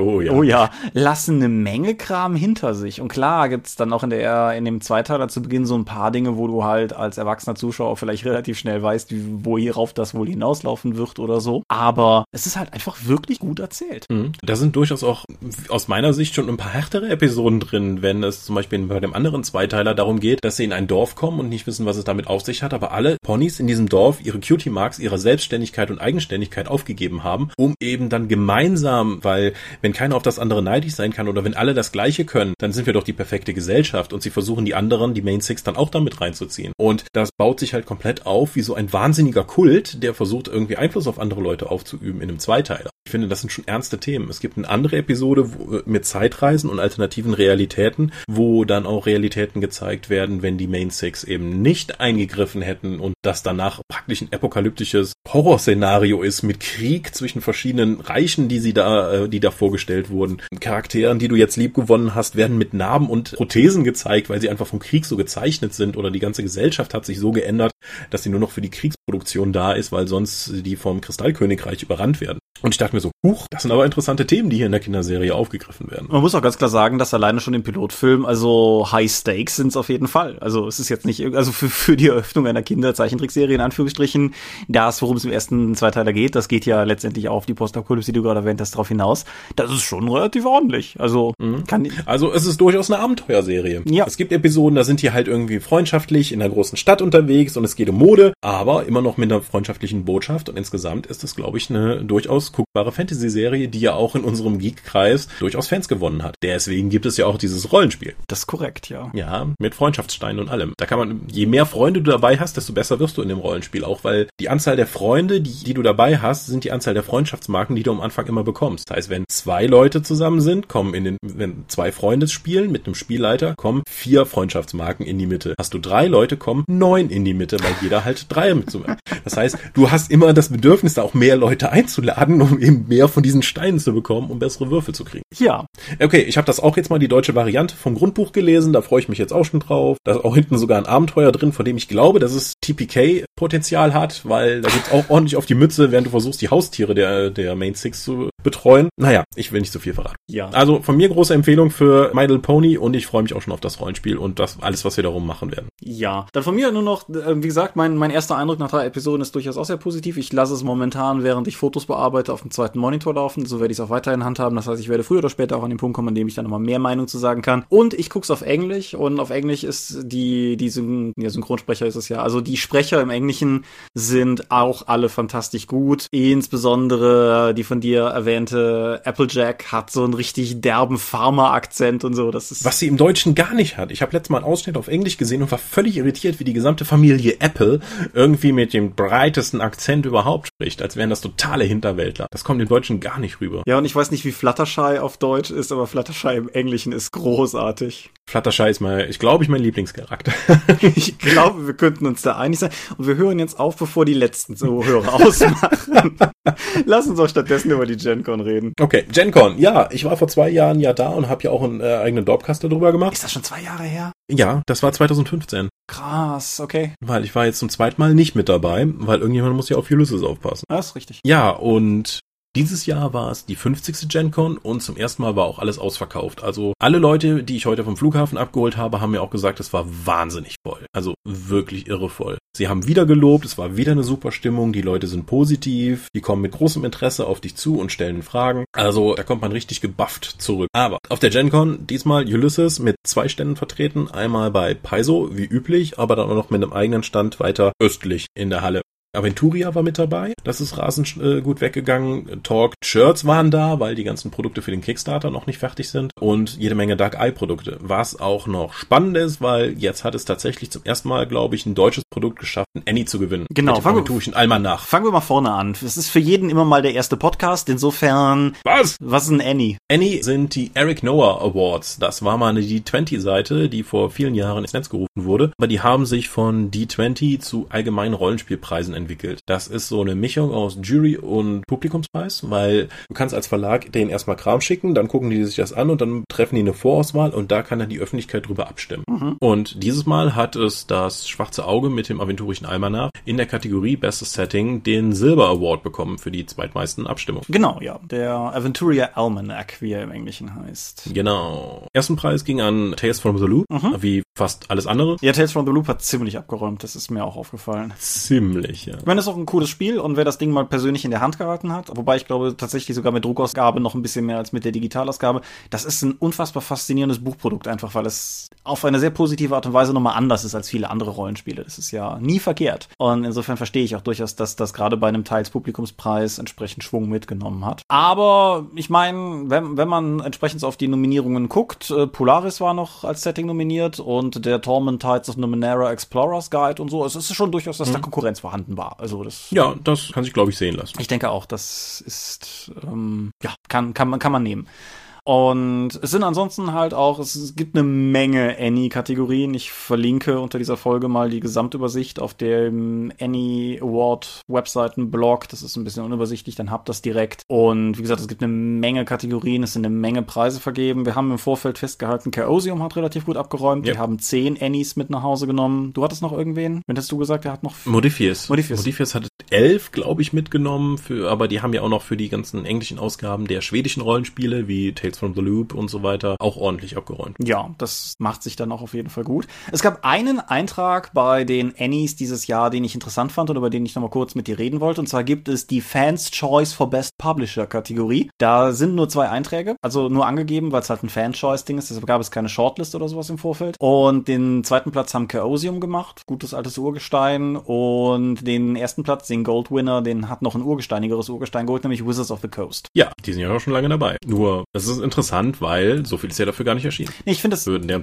lassen eine Menge Kram hinter sich. Und klar gibt's dann auch in dem Zweiteiler zu Beginn so ein paar Dinge, wo du halt als erwachsener Zuschauer vielleicht relativ schnell weißt, wo hierauf das wohl hinauslaufen wird oder so. Aber es ist halt einfach wirklich gut erzählt. Da sind durchaus auch aus meiner Sicht schon ein paar härtere Episoden drin, wenn es zum Beispiel bei dem anderen Zweiteiler darum geht, dass sie in ein Dorf kommen und nicht wissen, was es damit auf sich hat, aber alle Ponys in diesem Dorf ihre Cutie Marks, ihre Selbstständigkeit und Eigenständigkeit aufgegeben haben, um eben dann gemeinsam, weil wenn keiner auf das andere neidisch sein kann oder wenn alle das Gleiche können, dann sind wir doch die perfekte Gesellschaft und sie versuchen die anderen, die Main Six, dann auch damit reinzuziehen. Und das baut sich halt komplett auf wie so ein wahnsinniger Kult, der versucht irgendwie Einfluss auf andere Leute aufzuüben in einem Zweiteiler. Ich finde, das sind schon ernste Themen. Es gibt eine andere Episode mit Zeitreisen und alternativen Realitäten, wo dann auch Realitäten gezeigt werden, wenn die Main Six eben nicht eingegriffen hätten und das danach praktisch ein apokalyptisches Horrorszenario ist mit Krieg zwischen verschiedenen Reichen, die da vorgestellt wurden. Charakteren, die du jetzt liebgewonnen hast, werden mit Narben und Prothesen gezeigt, weil sie einfach vom Krieg so gezeichnet sind oder die ganze Gesellschaft hat sich so geändert, dass sie nur noch für die Kriegsproduktion da ist, weil sonst die vom Kristallkönigreich überrannt werden. Und ich dachte mir so, huch, das sind aber interessante Themen, die hier in der Kinderserie aufgegriffen werden. Man muss auch ganz klar sagen, dass alleine schon im Pilotfilm, also High Stakes sind es auf jeden Fall. Also es ist jetzt nicht, also für die Eröffnung einer Kinderzeichentrickserie in Anführungsstrichen, das, worum es im ersten Zweiteiler geht, das geht ja letztendlich auf die Postapokalypse, die du gerade erwähnt hast, darauf hinaus. Das ist schon relativ ordentlich. Also Also es ist durchaus eine Abenteuerserie. Ja. Es gibt Episoden, da sind die halt irgendwie freundschaftlich in einer großen Stadt unterwegs und es geht um Mode, aber immer noch mit einer freundschaftlichen Botschaft und insgesamt ist es, glaube ich, eine durchaus guckbare Fantasy-Serie, die ja auch in unserem Geek-Kreis durchaus Fans gewonnen hat. Deswegen gibt es ja auch dieses Rollenspiel. Das ist korrekt, ja. Ja, mit Freundschaftssteinen und allem. Da kann man, je mehr Freunde du dabei hast, desto besser wirst du in dem Rollenspiel auch, weil die Anzahl der Freunde, die du dabei hast, sind die Anzahl der Freundschaftsmarken, die du am Anfang immer bekommst. Das heißt, wenn 2 Leute zusammen sind, wenn 2 Freunde spielen mit einem Spielleiter, kommen 4 Freundschaftsmarken in die Mitte. Hast du 3 Leute, kommen 9 in die Mitte, weil jeder halt 3 mitzumachen. Das heißt, du hast immer das Bedürfnis, da auch mehr Leute einzuladen, um eben mehr von diesen Steinen zu bekommen, um bessere Würfel zu kriegen. Ja. Okay, ich habe das auch jetzt mal die deutsche Variante vom Grundbuch gelesen, da freue ich mich jetzt auch schon drauf. Da ist auch hinten sogar ein Abenteuer drin, von dem ich glaube, dass es TPK-Potenzial hat, weil da gibt's auch ordentlich auf die Mütze, während du versuchst, die Haustiere der Main Six zu betreuen. Naja, ich will nicht so viel verraten. Ja. Also von mir große Empfehlung für My Little Pony und ich freue mich auch schon auf das Rollenspiel und das alles, was wir darum machen werden. Ja. Dann von mir nur noch, wie gesagt, mein erster Eindruck nach 3 Episoden ist durchaus auch sehr positiv. Ich lasse es momentan, während ich Fotos bearbeite, auf dem zweiten Monitor laufen. So werde ich es auch weiterhin handhaben. Das heißt, ich werde früher oder später auch an den Punkt kommen, an dem ich dann nochmal mehr Meinung zu sagen kann. Und ich gucke es auf Englisch und auf Englisch ist die Synchronsprecher ist es ja. Also die Sprecher im Englischen sind auch alle fantastisch gut. Insbesondere die von dir erwähnte Applejack hat so einen richtig derben Farmer-Akzent und so. Das ist was sie im Deutschen gar nicht hat. Ich habe letztes Mal einen Ausschnitt auf Englisch gesehen und war völlig irritiert, wie die gesamte Familie Apple irgendwie mit dem breitesten Akzent überhaupt spricht, als wären das totale Hinterwäldler. Das kommt im Deutschen gar nicht rüber. Ja, und ich weiß nicht, wie Fluttershy auf Deutsch ist, aber Fluttershy im Englischen ist großartig. Fluttershy ist mein Lieblingscharakter. Ich glaube, wir könnten uns da einig sein. Und wir hören jetzt auf, bevor die letzten Zuhörer ausmachen. Lass uns auch stattdessen über die GenCon reden. Okay, GenCon. Ja, ich war vor 2 Jahren ja da und habe ja auch einen eigenen Dorpcast darüber gemacht. Ist das schon 2 Jahre her? Ja, das war 2015. Krass, okay. Weil ich war jetzt zum zweiten Mal nicht mit dabei, weil irgendjemand muss ja auf Ulysses aufpassen. Das ist richtig. Ja, und dieses Jahr war es die 50. GenCon und zum ersten Mal war auch alles ausverkauft. Also alle Leute, die ich heute vom Flughafen abgeholt habe, haben mir auch gesagt, es war wahnsinnig voll. Also wirklich irre voll. Sie haben wieder gelobt, es war wieder eine super Stimmung, die Leute sind positiv, die kommen mit großem Interesse auf dich zu und stellen Fragen. Also da kommt man richtig gebufft zurück. Aber auf der GenCon diesmal Ulysses mit 2 Ständen vertreten. Einmal bei Paizo, wie üblich, aber dann auch noch mit einem eigenen Stand weiter östlich in der Halle. Aventuria war mit dabei, das ist rasend gut weggegangen. Talk Shirts waren da, weil die ganzen Produkte für den Kickstarter noch nicht fertig sind und jede Menge Dark Eye Produkte. Was auch noch spannend ist, weil jetzt hat es tatsächlich zum ersten Mal, glaube ich, ein deutsches Produkt geschafft, ein Annie zu gewinnen. Genau. Mit dem aventurischen Almanach. Fangen wir mal vorne an. Es ist für jeden immer mal der erste Podcast, insofern... Was ist ein Annie? Annie sind die Eric Noah Awards. Das war mal eine D20-Seite, die vor vielen Jahren ins Netz gerufen wurde. Aber die haben sich von D20 zu allgemeinen Rollenspielpreisen entwickelt. Das ist so eine Mischung aus Jury und Publikumspreis, weil du kannst als Verlag denen erstmal Kram schicken, dann gucken die sich das an und dann treffen die eine Vorauswahl und da kann dann die Öffentlichkeit drüber abstimmen. Mhm. Und dieses Mal hat es das Schwarze Auge mit dem aventurischen Almanach in der Kategorie Bestes Setting den Silber Award bekommen für die zweitmeisten Abstimmungen. Genau, ja. Der Aventuria Almanac, wie er im Englischen heißt. Genau. Ersten Preis ging an Tales from the Loop, wie fast alles andere. Ja, Tales from the Loop hat ziemlich abgeräumt, das ist mir auch aufgefallen. Ziemlich, ja. Ich meine, das ist auch ein cooles Spiel und wer das Ding mal persönlich in der Hand gehalten hat, wobei ich glaube tatsächlich sogar mit Druckausgabe noch ein bisschen mehr als mit der Digitalausgabe, das ist ein unfassbar faszinierendes Buchprodukt einfach, weil es auf eine sehr positive Art und Weise nochmal anders ist als viele andere Rollenspiele. Das ist ja nie verkehrt. Und insofern verstehe ich auch durchaus, dass das gerade bei einem Teils Publikumspreis entsprechend Schwung mitgenommen hat. Aber ich meine, wenn man entsprechend auf die Nominierungen guckt, Polaris war noch als Setting nominiert und der Torment Tides of Numenera Explorer's Guide und so. Es ist schon durchaus, dass da Konkurrenz vorhanden war. Also das kann sich, glaube ich, sehen lassen. Ich denke auch, das ist, kann man nehmen. Und es sind ansonsten halt auch, es gibt eine Menge Annie-Kategorien. Ich verlinke unter dieser Folge mal die Gesamtübersicht auf dem Annie Award Webseiten-Blog. Das ist ein bisschen unübersichtlich, dann habt das direkt. Und wie gesagt, es gibt eine Menge Kategorien, es sind eine Menge Preise vergeben. Wir haben im Vorfeld festgehalten, Chaosium hat relativ gut abgeräumt. Die haben 10 Annies mit nach Hause genommen. Du hattest noch irgendwen? Wenn hast du gesagt, er hat noch... Modiphius hat 11, glaube ich, mitgenommen, aber die haben ja auch noch für die ganzen englischen Ausgaben der schwedischen Rollenspiele, wie Tales from the Loop und so weiter, auch ordentlich abgeräumt. Ja, das macht sich dann auch auf jeden Fall gut. Es gab einen Eintrag bei den Annies dieses Jahr, den ich interessant fand und über den ich nochmal kurz mit dir reden wollte. Und zwar gibt es die Fans Choice for Best Publisher Kategorie. Da sind nur 2 Einträge, also nur angegeben, weil es halt ein Fan Choice Ding ist. Deshalb gab es keine Shortlist oder sowas im Vorfeld. Und den zweiten Platz haben Chaosium gemacht, gutes altes Urgestein. Und den ersten Platz, den Gold Winner, den hat noch ein urgesteinigeres Urgestein geholt, nämlich Wizards of the Coast. Ja, die sind ja auch schon lange dabei. Nur, das ist interessant, weil so viel ist ja dafür gar nicht erschienen. Nee, ich finde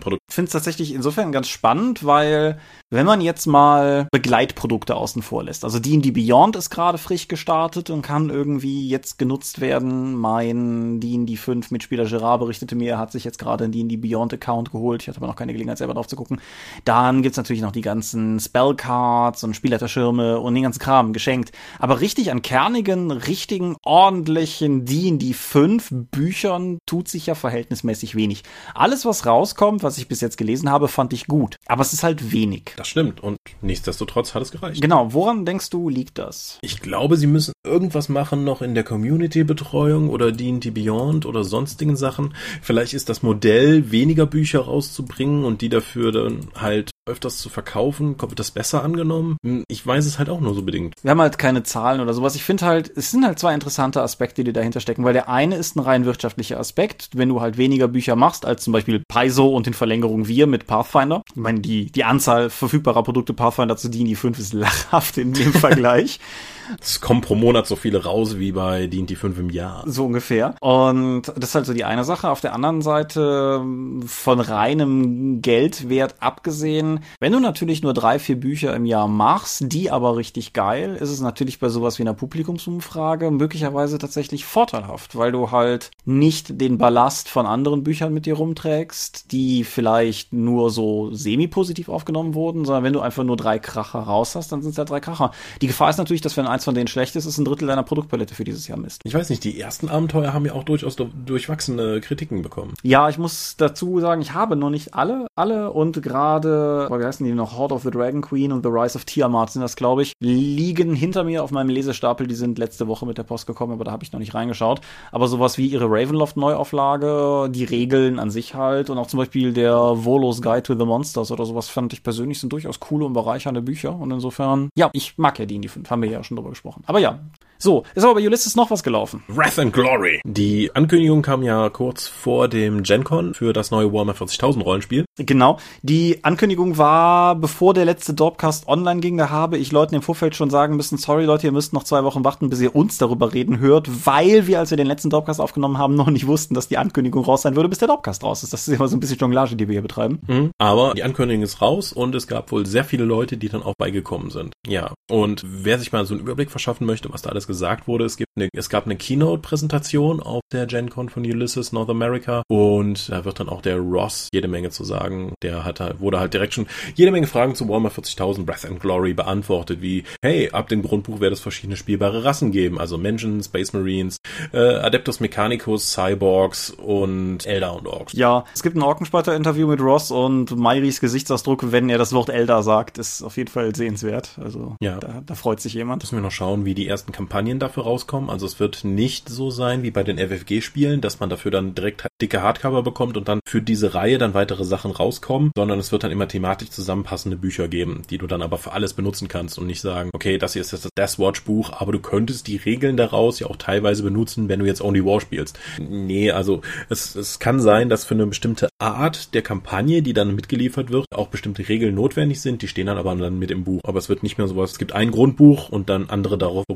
es tatsächlich insofern ganz spannend, weil wenn man jetzt mal Begleitprodukte außen vor lässt, also D&D Beyond ist gerade frisch gestartet und kann irgendwie jetzt genutzt werden. Mein D&D 5 Mitspieler Gerard berichtete mir, er hat sich jetzt gerade einen D&D Beyond Account geholt. Ich hatte aber noch keine Gelegenheit, selber drauf zu gucken. Dann gibt's natürlich noch die ganzen Spellcards und Spielleiterschirme und den ganzen Kram geschenkt. Aber richtig an kernigen, richtigen, ordentlichen D&D 5 Büchern tut sich ja verhältnismäßig wenig. Alles, was rauskommt, was ich bis jetzt gelesen habe, fand ich gut. Aber es ist halt wenig. Das stimmt. Und nichtsdestotrotz hat es gereicht. Genau. Woran denkst du, liegt das? Ich glaube, sie müssen irgendwas machen noch in der Community-Betreuung oder D&D Beyond oder sonstigen Sachen. Vielleicht ist das Modell, weniger Bücher rauszubringen und die dafür dann halt öfters zu verkaufen. Wird das besser angenommen? Ich weiß es halt auch nur so bedingt. Wir haben halt keine Zahlen oder sowas. Ich finde halt, es sind halt 2 interessante Aspekte, die dahinter stecken, weil der eine ist ein rein wirtschaftlicher Aspekt. Wenn du halt weniger Bücher machst, als zum Beispiel Paizo und in Verlängerung wir mit Pathfinder. Ich meine, die Anzahl verfügbarer Produkte Pathfinder zu D&D 5 ist lachhaft in dem Vergleich. Es kommen pro Monat so viele raus wie bei D&D 5 im Jahr. So ungefähr. Und das ist halt so die eine Sache. Auf der anderen Seite, von reinem Geldwert abgesehen, wenn du natürlich nur 3-4 Bücher im Jahr machst, die aber richtig geil, ist es natürlich bei sowas wie einer Publikumsumfrage möglicherweise tatsächlich vorteilhaft, weil du halt nicht den Ballast von anderen Büchern mit dir rumträgst, die vielleicht nur so semi-positiv aufgenommen wurden, sondern wenn du einfach nur 3 Kracher raus hast, dann sind es halt 3 Kracher. Die Gefahr ist natürlich, dass wenn eins von denen schlecht ist, ist ein Drittel deiner Produktpalette für dieses Jahr Mist. Ich weiß nicht, die ersten Abenteuer haben ja auch durchaus durchwachsene Kritiken bekommen. Ja, ich muss dazu sagen, ich habe noch nicht alle und gerade, wie heißen die noch, Horde of the Dragon Queen und The Rise of Tiamat sind das, glaube ich, liegen hinter mir auf meinem Lesestapel, die sind letzte Woche mit der Post gekommen, aber da habe ich noch nicht reingeschaut. Aber sowas wie ihre Ravenloft-Neuauflage, die Regeln an sich halt und auch zum Beispiel der Volos Guide to the Monsters oder sowas fand ich persönlich sind durchaus coole und bereichernde Bücher und insofern, ja, ich mag ja die 5, haben wir ja schon drüber gesprochen. Aber ja, so, ist aber bei Ulysses noch was gelaufen. Wrath and Glory. Die Ankündigung kam ja kurz vor dem GenCon für das neue Warhammer 40.000 Rollenspiel. Genau, die Ankündigung war, bevor der letzte Dorpcast online ging, da habe ich Leuten im Vorfeld schon sagen müssen, sorry Leute, ihr müsst noch 2 Wochen warten, bis ihr uns darüber reden hört, weil wir, als wir den letzten Dorpcast aufgenommen haben, noch nicht wussten, dass die Ankündigung raus sein würde, bis der Dorpcast raus ist. Das ist immer so ein bisschen Jonglage, die wir hier betreiben. Aber die Ankündigung ist raus und es gab wohl sehr viele Leute, die dann auch beigekommen sind. Ja, und wer sich mal so einen Überblick verschaffen möchte, was da alles gesagt wurde, es gab eine Keynote-Präsentation auf der GenCon von Ulysses North America und da wird dann auch der Ross jede Menge zu sagen. Der wurde halt direkt schon jede Menge Fragen zu Warhammer 40.000 Wrath and Glory beantwortet, wie, hey, ab dem Grundbuch wird es verschiedene spielbare Rassen geben, also Menschen, Space Marines, Adeptus Mechanicus, Cyborgs und Eldar und Orks. Ja, es gibt ein Orkenspalter-Interview mit Ross und Mairis Gesichtsausdruck, wenn er das Wort Eldar sagt, ist auf jeden Fall sehenswert. Also ja. Da freut sich jemand. Müssen wir noch schauen, wie die ersten Kampagnen dafür rauskommen. Also es wird nicht so sein wie bei den FFG-Spielen, dass man dafür dann direkt dicke Hardcover bekommt und dann für diese Reihe dann weitere Sachen rauskommen, sondern es wird dann immer thematisch zusammenpassende Bücher geben, die du dann aber für alles benutzen kannst und nicht sagen, okay, das hier ist das Deathwatch-Buch, aber du könntest die Regeln daraus ja auch teilweise benutzen, wenn du jetzt Only War spielst. Nee, also es kann sein, dass für eine bestimmte Art der Kampagne, die dann mitgeliefert wird, auch bestimmte Regeln notwendig sind, die stehen dann aber dann mit im Buch. Aber es wird nicht mehr sowas, es gibt ein Grundbuch und dann andere darauf beruhende Bücher.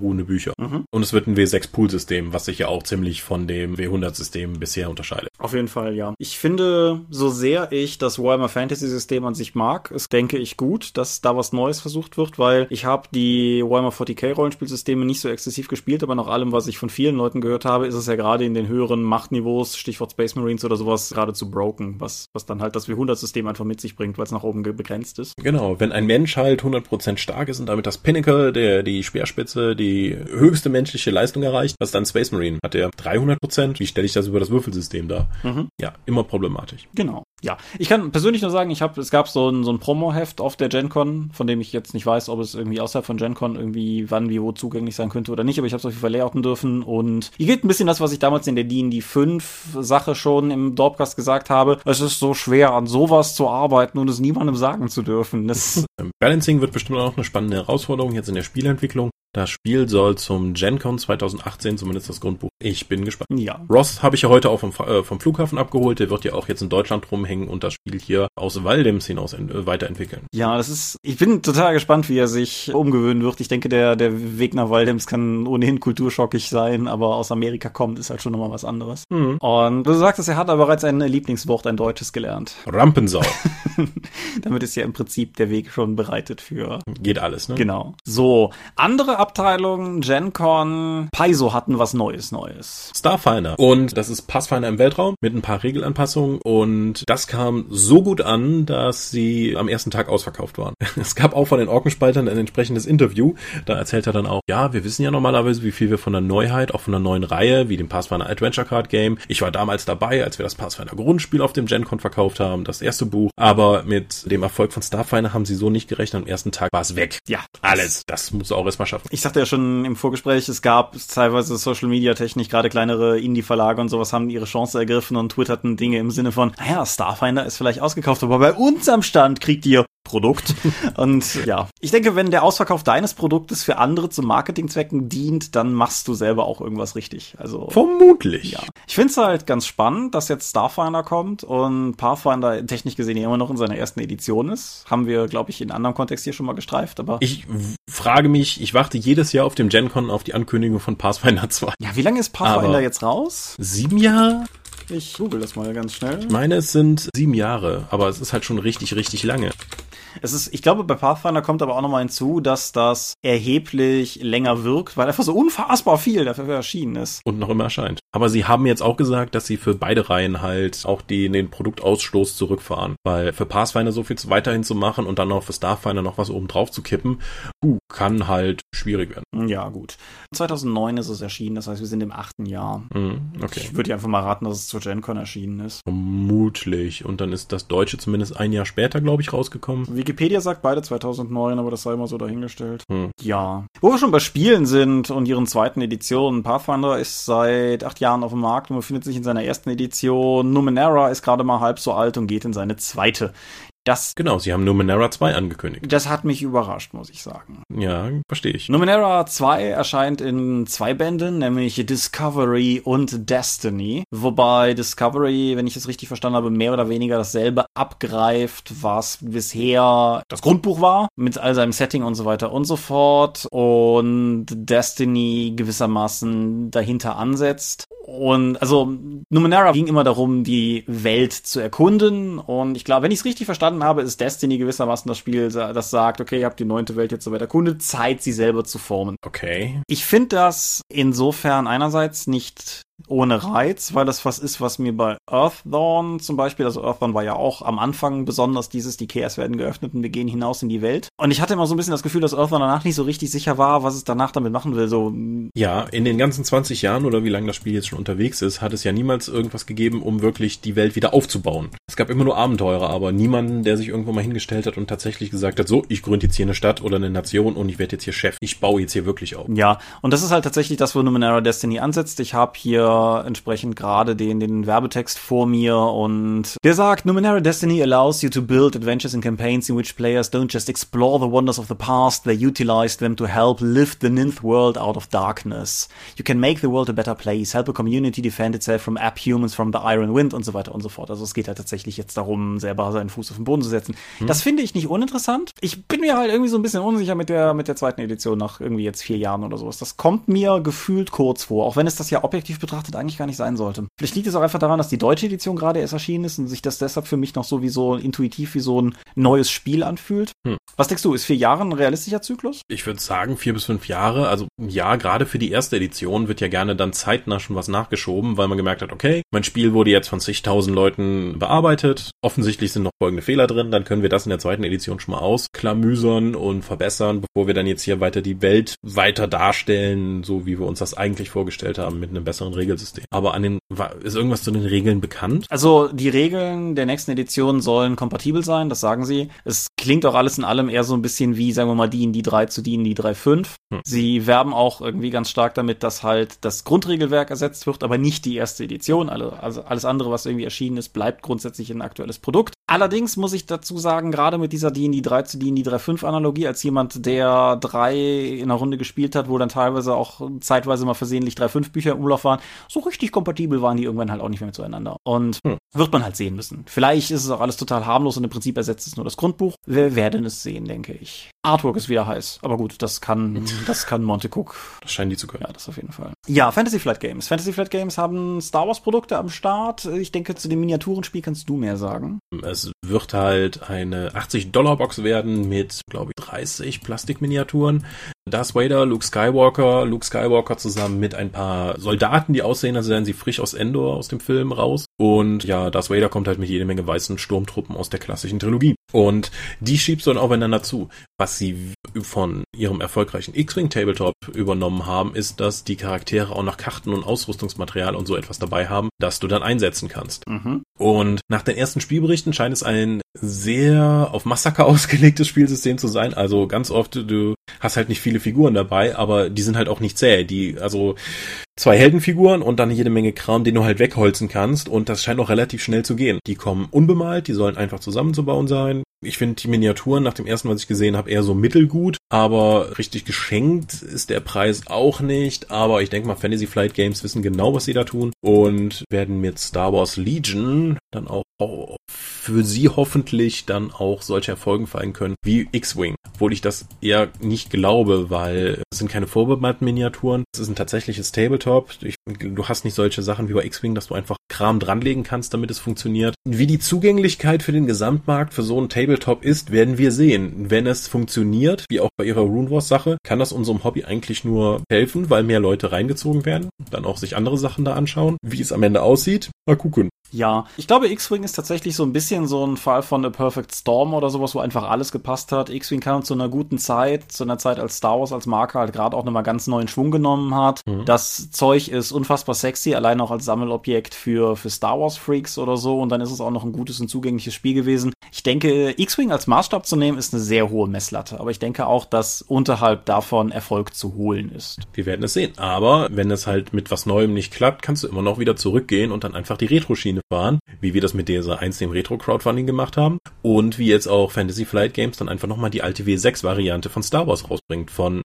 sicher. Und es wird ein W6-Pool-System, was sich ja auch ziemlich von dem W100-System bisher unterscheidet. Auf jeden Fall, ja. Ich finde, so sehr ich das Warhammer Fantasy-System an sich mag, ist, denke ich, gut, dass da was Neues versucht wird, weil ich habe die Warhammer 40k-Rollenspielsysteme nicht so exzessiv gespielt, aber nach allem, was ich von vielen Leuten gehört habe, ist es ja gerade in den höheren Machtniveaus, Stichwort Space Marines oder sowas, geradezu broken, was dann halt das W100-System einfach mit sich bringt, weil es nach oben begrenzt ist. Genau, wenn ein Mensch halt 100% stark ist und damit das Pinnacle, die Speerspitze, die höchste menschliche Leistung erreicht, was dann Space Marine hat, der 300%. Wie stelle ich das über das Würfelsystem dar? Ja, immer problematisch. Genau. Ja, ich kann persönlich nur sagen, es gab so ein Promo-Heft auf der GenCon, von dem ich jetzt nicht weiß, ob es irgendwie außerhalb von GenCon irgendwie wann, wie, wo zugänglich sein könnte oder nicht, aber ich habe es auf jeden Fall layouten dürfen und hier geht ein bisschen das, was ich damals in der D&D 5 Sache schon im Dorpcast gesagt habe. Es ist so schwer, an sowas zu arbeiten und es niemandem sagen zu dürfen. Balancing wird bestimmt auch eine spannende Herausforderung jetzt in der Spielentwicklung. Das Spiel soll zum GenCon 2018, zumindest das Grundbuch. Ich bin gespannt. Ja. Ross habe ich ja heute auch vom Flughafen abgeholt. Der wird ja auch jetzt in Deutschland rumhängen und das Spiel hier aus Valdems hinaus weiterentwickeln. Ja, ich bin total gespannt, wie er sich umgewöhnen wird. Ich denke, der Weg nach Valdems kann ohnehin kulturschockig sein, aber aus Amerika kommt, ist halt schon nochmal was anderes. Und du sagtest, er hat aber bereits ein Lieblingswort, ein deutsches gelernt. Rampensau. Damit ist ja im Prinzip der Weg schon bereitet für... Geht alles, ne? Genau. So, andere Abteilungen, GenCon, Paizo hatten was Neues. Starfinder. Und das ist Pathfinder im Weltraum mit ein paar Regelanpassungen und das kam so gut an, dass sie am ersten Tag ausverkauft waren. Es gab auch von den Orkenspaltern ein entsprechendes Interview. Da erzählt er dann auch, ja, wir wissen ja normalerweise, wie viel wir von der Neuheit, auch von der neuen Reihe, wie dem Pathfinder Adventure Card Game. Ich war damals dabei, als wir das Pathfinder Grundspiel auf dem GenCon verkauft haben, das erste Buch. Aber mit dem Erfolg von Starfinder haben sie so nicht gerechnet. Am ersten Tag war es weg. Ja. Alles. Das muss auch erstmal schaffen. Ich sagte ja schon im Vorgespräch, es gab teilweise Social-Media-Technik, gerade kleinere Indie-Verlage und sowas haben ihre Chance ergriffen und twitterten Dinge im Sinne von, naja, Starfinder ist vielleicht ausgekauft, aber bei uns am Stand kriegt ihr Produkt. Und ja, ich denke, wenn der Ausverkauf deines Produktes für andere zu Marketingzwecken dient, dann machst du selber auch irgendwas richtig. Also vermutlich. Ja. Ich finde es halt ganz spannend, dass jetzt Starfinder kommt und Pathfinder technisch gesehen immer noch in seiner ersten Edition ist. Haben wir, glaube ich, in anderem Kontext hier schon mal gestreift, aber... Ich frage mich, ich warte jedes Jahr auf dem GenCon auf die Ankündigung von Pathfinder 2. Ja, wie lange ist Pathfinder jetzt raus? 7 Jahre? Ich google das mal ganz schnell. Ich meine, es sind 7 Jahre, aber es ist halt schon richtig, richtig lange. Ich glaube, bei Pathfinder kommt aber auch nochmal hinzu, dass das erheblich länger wirkt, weil einfach so unfassbar viel dafür erschienen ist. Und noch immer erscheint. Aber sie haben jetzt auch gesagt, dass sie für beide Reihen halt auch den Produktausstoß zurückfahren. Weil für Pathfinder so viel weiterhin zu machen und dann noch für Starfinder noch was oben drauf zu kippen, kann halt schwierig werden. Ja, gut. 2009 ist es erschienen, das heißt, wir sind im 8. Jahr. Okay. Ich würde dir einfach mal raten, dass es zur GenCon erschienen ist. Vermutlich. Und dann ist das Deutsche zumindest ein Jahr später, glaube ich, rausgekommen. Wikipedia sagt beide 2009, aber das sei immer so dahingestellt. Ja. Wo wir schon bei Spielen sind und ihren zweiten Editionen. Pathfinder ist seit 8 Jahren auf dem Markt und befindet sich in seiner ersten Edition. Numenera ist gerade mal halb so alt und geht in seine zweite. Genau, sie haben Numenera 2 angekündigt. Das hat mich überrascht, muss ich sagen. Ja, verstehe ich. Numenera 2 erscheint in 2 Bänden, nämlich Discovery und Destiny. Wobei Discovery, wenn ich es richtig verstanden habe, mehr oder weniger dasselbe abgreift, was bisher das Grundbuch war, mit all seinem Setting und so weiter und so fort. Und Destiny gewissermaßen dahinter ansetzt. Und also Numenera ging immer darum, die Welt zu erkunden. Und ich glaube, wenn ich es richtig verstanden habe, ist Destiny gewissermaßen das Spiel, das sagt, okay, ihr habt die 9. Welt jetzt so weit erkundet, Zeit, sie selber zu formen. Okay. Ich finde das insofern einerseits nicht ohne Reiz, weil das was ist, was mir bei Earthdawn zum Beispiel, also Earthdawn war ja auch am Anfang besonders die Chaos werden geöffnet und wir gehen hinaus in die Welt. Und ich hatte immer so ein bisschen das Gefühl, dass Earthdawn danach nicht so richtig sicher war, was es danach damit machen will. So. Ja, in den ganzen 20 Jahren oder wie lange das Spiel jetzt schon unterwegs ist, hat es ja niemals irgendwas gegeben, um wirklich die Welt wieder aufzubauen. Es gab immer nur Abenteurer, aber niemanden, der sich irgendwo mal hingestellt hat und tatsächlich gesagt hat, so, ich gründe jetzt hier eine Stadt oder eine Nation und ich werde jetzt hier Chef. Ich baue jetzt hier wirklich auf. Ja, und das ist halt tatsächlich das, wo Numenera Destiny ansetzt. Ich habe hier hier entsprechend gerade den Werbetext vor mir und der sagt, Numenera Destiny allows you to build adventures and campaigns in which players don't just explore the wonders of the past, they utilize them to help lift the Ninth World out of darkness. You can make the world a better place, help a community defend itself from app-humans from the Iron Wind und so weiter und so fort. Also es geht halt tatsächlich jetzt darum, selber seinen Fuß auf den Boden zu setzen. Das finde ich nicht uninteressant. Ich bin mir halt irgendwie so ein bisschen unsicher mit der zweiten Edition nach irgendwie jetzt 4 Jahren oder sowas. Das kommt mir gefühlt kurz vor, auch wenn es das ja objektiv betrachtet eigentlich gar nicht sein sollte. Vielleicht liegt es auch einfach daran, dass die deutsche Edition gerade erst erschienen ist und sich das deshalb für mich noch so wie so intuitiv wie so ein neues Spiel anfühlt. Was denkst du, ist 4 Jahre ein realistischer Zyklus? Ich würde sagen 4 bis 5 Jahre. Also ja, gerade für die erste Edition wird ja gerne dann zeitnah schon was nachgeschoben, weil man gemerkt hat, okay, mein Spiel wurde jetzt von zigtausend Leuten bearbeitet. Offensichtlich sind noch folgende Fehler drin. Dann können wir das in der zweiten Edition schon mal ausklamüsern und verbessern, bevor wir dann jetzt hier weiter die Welt weiter darstellen, so wie wir uns das eigentlich vorgestellt haben, mit einem besseren Regelsystem. Aber ist irgendwas zu den Regeln bekannt? Also die Regeln der nächsten Edition sollen kompatibel sein, das sagen sie. Es klingt auch alles in allem eher so ein bisschen wie, sagen wir mal, D&D 3 zu D&D 3.5. Sie werben auch irgendwie ganz stark damit, dass halt das Grundregelwerk ersetzt wird, aber nicht die erste Edition. Also alles andere, was irgendwie erschienen ist, bleibt grundsätzlich ein aktuelles Produkt. Allerdings muss ich dazu sagen, gerade mit dieser D&D 3 zu D&D 3.5 Analogie, als jemand, der 3 in einer Runde gespielt hat, wo dann teilweise auch zeitweise mal versehentlich 3.5 Bücher im Umlauf waren, so richtig kompatibel waren die irgendwann halt auch nicht mehr zueinander. Und wird man halt sehen müssen. Vielleicht ist es auch alles total harmlos und im Prinzip ersetzt es nur das Grundbuch. Wir werden es sehen, denke ich. Artwork ist wieder heiß, aber gut, das kann Monte Cook. Das scheinen die zu können. Ja, das auf jeden Fall. Ja, Fantasy Flight Games. Fantasy Flight Games haben Star Wars Produkte am Start. Ich denke, zu dem Miniaturenspiel kannst du mehr sagen. Es wird halt eine $80 werden mit, glaube ich, 30 Plastikminiaturen. Darth Vader, Luke Skywalker zusammen mit ein paar Soldaten, die aussehen, als wären sie frisch aus Endor, aus dem Film raus. Und ja, Darth Vader kommt halt mit jede Menge weißen Sturmtruppen aus der klassischen Trilogie. Und die schiebst du dann aufeinander zu. Was sie von ihrem erfolgreichen X-Wing Tabletop übernommen haben, ist, dass die Charaktere auch noch Karten und Ausrüstungsmaterial und so etwas dabei haben, das du dann einsetzen kannst. Und nach den ersten Spielberichten scheint es ein sehr auf Massaker ausgelegtes Spielsystem zu sein. Also ganz oft, du hast halt nicht viele Figuren dabei, aber die sind halt auch nicht zäh. Also 2 Heldenfiguren und dann jede Menge Kram, den du halt wegholzen kannst, und das scheint auch relativ schnell zu gehen. Die kommen unbemalt, die sollen einfach zusammenzubauen sein. Ich finde die Miniaturen nach dem ersten, was ich gesehen habe, eher so mittelgut, aber richtig geschenkt ist der Preis auch nicht. Aber ich denke mal, Fantasy Flight Games wissen genau, was sie da tun und werden mit Star Wars Legion dann auch für sie hoffentlich dann auch solche Erfolge feiern können wie X-Wing. Obwohl ich das eher nicht glaube, weil es sind keine vorbemalten Miniaturen. Es ist ein tatsächliches Tabletop. Du hast nicht solche Sachen wie bei X-Wing, dass du einfach Kram dranlegen kannst, damit es funktioniert. Wie die Zugänglichkeit für den Gesamtmarkt für so ein Tabletop ist, werden wir sehen. Wenn es funktioniert, wie auch bei ihrer Rune Wars Sache, kann das unserem Hobby eigentlich nur helfen, weil mehr Leute reingezogen werden, dann auch sich andere Sachen da anschauen. Wie es am Ende aussieht, mal gucken. Ja, ich glaube, X-Wing ist tatsächlich so ein bisschen so ein Fall von A Perfect Storm oder sowas, wo einfach alles gepasst hat. X-Wing kam zu einer guten Zeit, zu einer Zeit, als Star Wars als Marke halt gerade auch nochmal ganz neuen Schwung genommen hat. Das Zeug ist unfassbar sexy, allein auch als Sammelobjekt für Star Wars Freaks oder so, und dann ist es auch noch ein gutes und zugängliches Spiel gewesen. Ich denke, X-Wing als Maßstab zu nehmen, ist eine sehr hohe Messlatte, aber ich denke auch, dass unterhalb davon Erfolg zu holen ist. Wir werden es sehen, aber wenn es halt mit was Neuem nicht klappt, kannst du immer noch wieder zurückgehen und dann einfach die Retro-Schiene fahren, wie wir das mit DSA 1, dem Retro-Crowdfunding gemacht haben, und wie jetzt auch Fantasy Flight Games dann einfach nochmal die alte W6-Variante von Star Wars rausbringt, von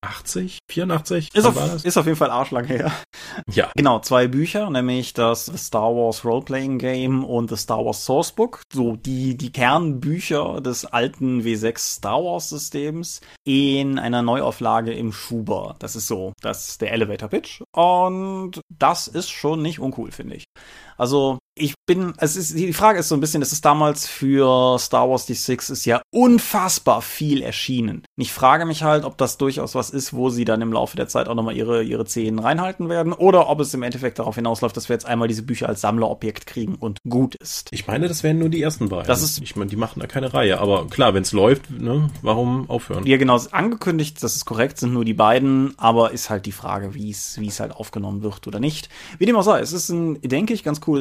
84? Ist auf jeden Fall arschlang her. Ja. Genau, 2 Bücher, nämlich das Star Wars Role-Playing Game und das Star Wars Sourcebook, so die Kernbücher des alten W6 Star Wars Systems in einer Neuauflage im Schuber. Das ist der Elevator Pitch, und das ist schon nicht uncool, finde ich. Also, die Frage ist so ein bisschen, es ist damals für Star Wars D6 ist ja unfassbar viel erschienen. Und ich frage mich halt, ob das durchaus was ist, wo sie dann im Laufe der Zeit auch nochmal ihre Zehen reinhalten werden, oder ob es im Endeffekt darauf hinausläuft, dass wir jetzt einmal diese Bücher als Sammlerobjekt kriegen und gut ist. Ich meine, das wären nur die ersten beiden. Ich meine, die machen da keine Reihe, aber klar, wenn es läuft, ne, warum aufhören? Ja, genau, angekündigt, das ist korrekt, sind nur die beiden, aber ist halt die Frage, wie es halt aufgenommen wird oder nicht. Wie dem auch sei, es ist ein, denke ich, ganz cooles Spiel.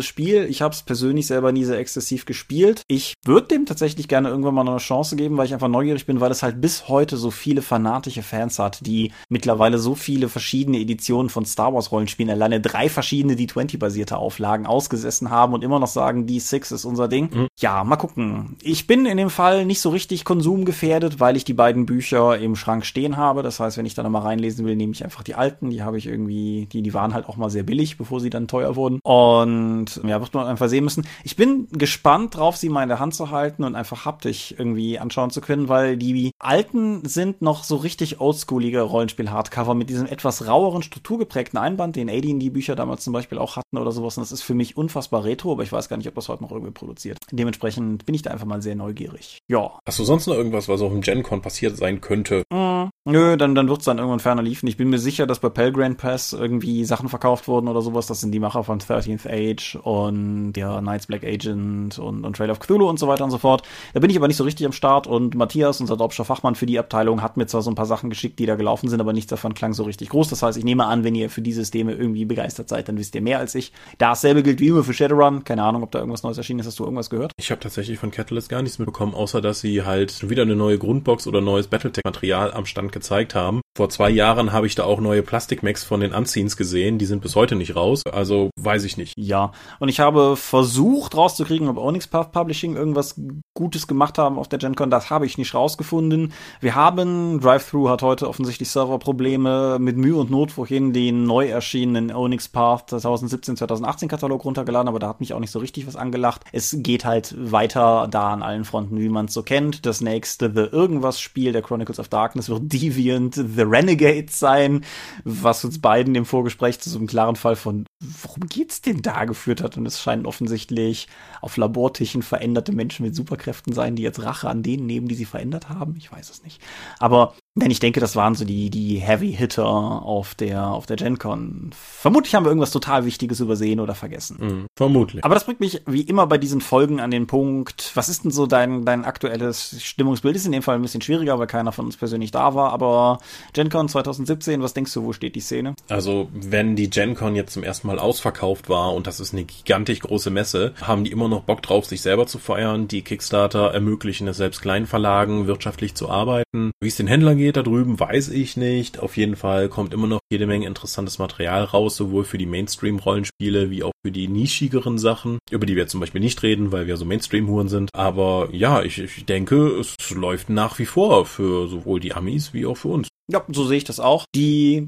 weil ich habe es persönlich selber nie sehr exzessiv gespielt. Ich würde dem tatsächlich gerne irgendwann mal noch eine Chance geben, weil ich einfach neugierig bin, weil es halt bis heute so viele fanatische Fans hat, die mittlerweile so viele verschiedene Editionen von Star Wars Rollenspielen, alleine 3 verschiedene D20-basierte Auflagen ausgesessen haben und immer noch sagen, D6 ist unser Ding. Ja, mal gucken. Ich bin in dem Fall nicht so richtig konsumgefährdet, weil ich die beiden Bücher im Schrank stehen habe. Das heißt, wenn ich da noch mal reinlesen will, nehme ich einfach die alten. Die habe ich irgendwie, die waren halt auch mal sehr billig, bevor sie dann teuer wurden. Und ja, wird man einfach sehen müssen. Ich bin gespannt drauf, sie mal in der Hand zu halten und einfach haptisch irgendwie anschauen zu können, weil die alten sind noch so richtig oldschoolige Rollenspiel-Hardcover mit diesem etwas raueren, strukturgeprägten Einband, den Alien die Bücher damals zum Beispiel auch hatten oder sowas. Und das ist für mich unfassbar retro, aber ich weiß gar nicht, ob das heute noch irgendwie produziert. Dementsprechend bin ich da einfach mal sehr neugierig. Ja. Hast du sonst noch irgendwas, was auf dem Gen-Con passiert sein könnte? Nö, dann wird's dann irgendwann ferner liefen. Ich bin mir sicher, dass bei Pelgrane Pass irgendwie Sachen verkauft wurden oder sowas. Das sind die Macher von 13th Age und der Knights Black Agent und Trail of Cthulhu und so weiter und so fort. Da bin ich aber nicht so richtig am Start und Matthias, unser deutscher Fachmann für die Abteilung, hat mir zwar so ein paar Sachen geschickt, die da gelaufen sind, aber nichts davon klang so richtig groß. Das heißt, ich nehme an, wenn ihr für die Systeme irgendwie begeistert seid, dann wisst ihr mehr als ich. Dasselbe gilt wie immer für Shadowrun. Keine Ahnung, ob da irgendwas Neues erschienen ist. Hast du irgendwas gehört? Ich habe tatsächlich von Catalyst gar nichts mitbekommen, außer dass sie halt wieder eine neue Grundbox oder neues Battletech-Material am Stand gezeigt haben. Vor 2 Jahren habe ich da auch neue Plastikmechs von den Unscenes gesehen. Die sind bis heute nicht raus. Also weiß ich nicht. Ja, und ich habe versucht rauszukriegen, ob Onyx Path Publishing irgendwas Gutes gemacht haben auf der Gen-Con. Das habe ich nicht rausgefunden. Wir haben, Drive-Thru hat heute offensichtlich Serverprobleme, mit Mühe und Not vorhin den neu erschienenen Onyx Path 2017-2018 Katalog runtergeladen, aber da hat mich auch nicht so richtig was angelacht. Es geht halt weiter da an allen Fronten, wie man es so kennt. Das nächste The Irgendwas-Spiel der Chronicles of Darkness wird Deviant The Renegades sein, was uns beiden im Vorgespräch zu so einem klaren Fall von worum geht's denn da geführt hat. Und es scheinen offensichtlich auf Labortischen veränderte Menschen mit Superkräften sein, die jetzt Rache an denen nehmen, die sie verändert haben. Ich weiß es nicht. Aber denn ich denke, das waren so die Heavy Hitter auf der Gen-Con. Vermutlich haben wir irgendwas total Wichtiges übersehen oder vergessen. Vermutlich. Aber das bringt mich wie immer bei diesen Folgen an den Punkt, was ist denn so dein aktuelles Stimmungsbild? Ist in dem Fall ein bisschen schwieriger, weil keiner von uns persönlich da war, aber Gen-Con 2017, was denkst du, wo steht die Szene? Also, wenn die Gen-Con jetzt zum ersten Mal ausverkauft war und das ist eine gigantisch große Messe, haben die immer noch Bock drauf, sich selber zu feiern. Die Kickstarter ermöglichen es selbst kleinen Verlagen, wirtschaftlich zu arbeiten. Wie es den Händlern geht da drüben, weiß ich nicht. Auf jeden Fall kommt immer noch jede Menge interessantes Material raus, sowohl für die Mainstream-Rollenspiele wie auch für die nischigeren Sachen, über die wir zum Beispiel nicht reden, weil wir so Mainstream-Huren sind. Aber ja, ich denke, es läuft nach wie vor für sowohl die Amis wie auch für uns. Ja, so sehe ich das auch. Die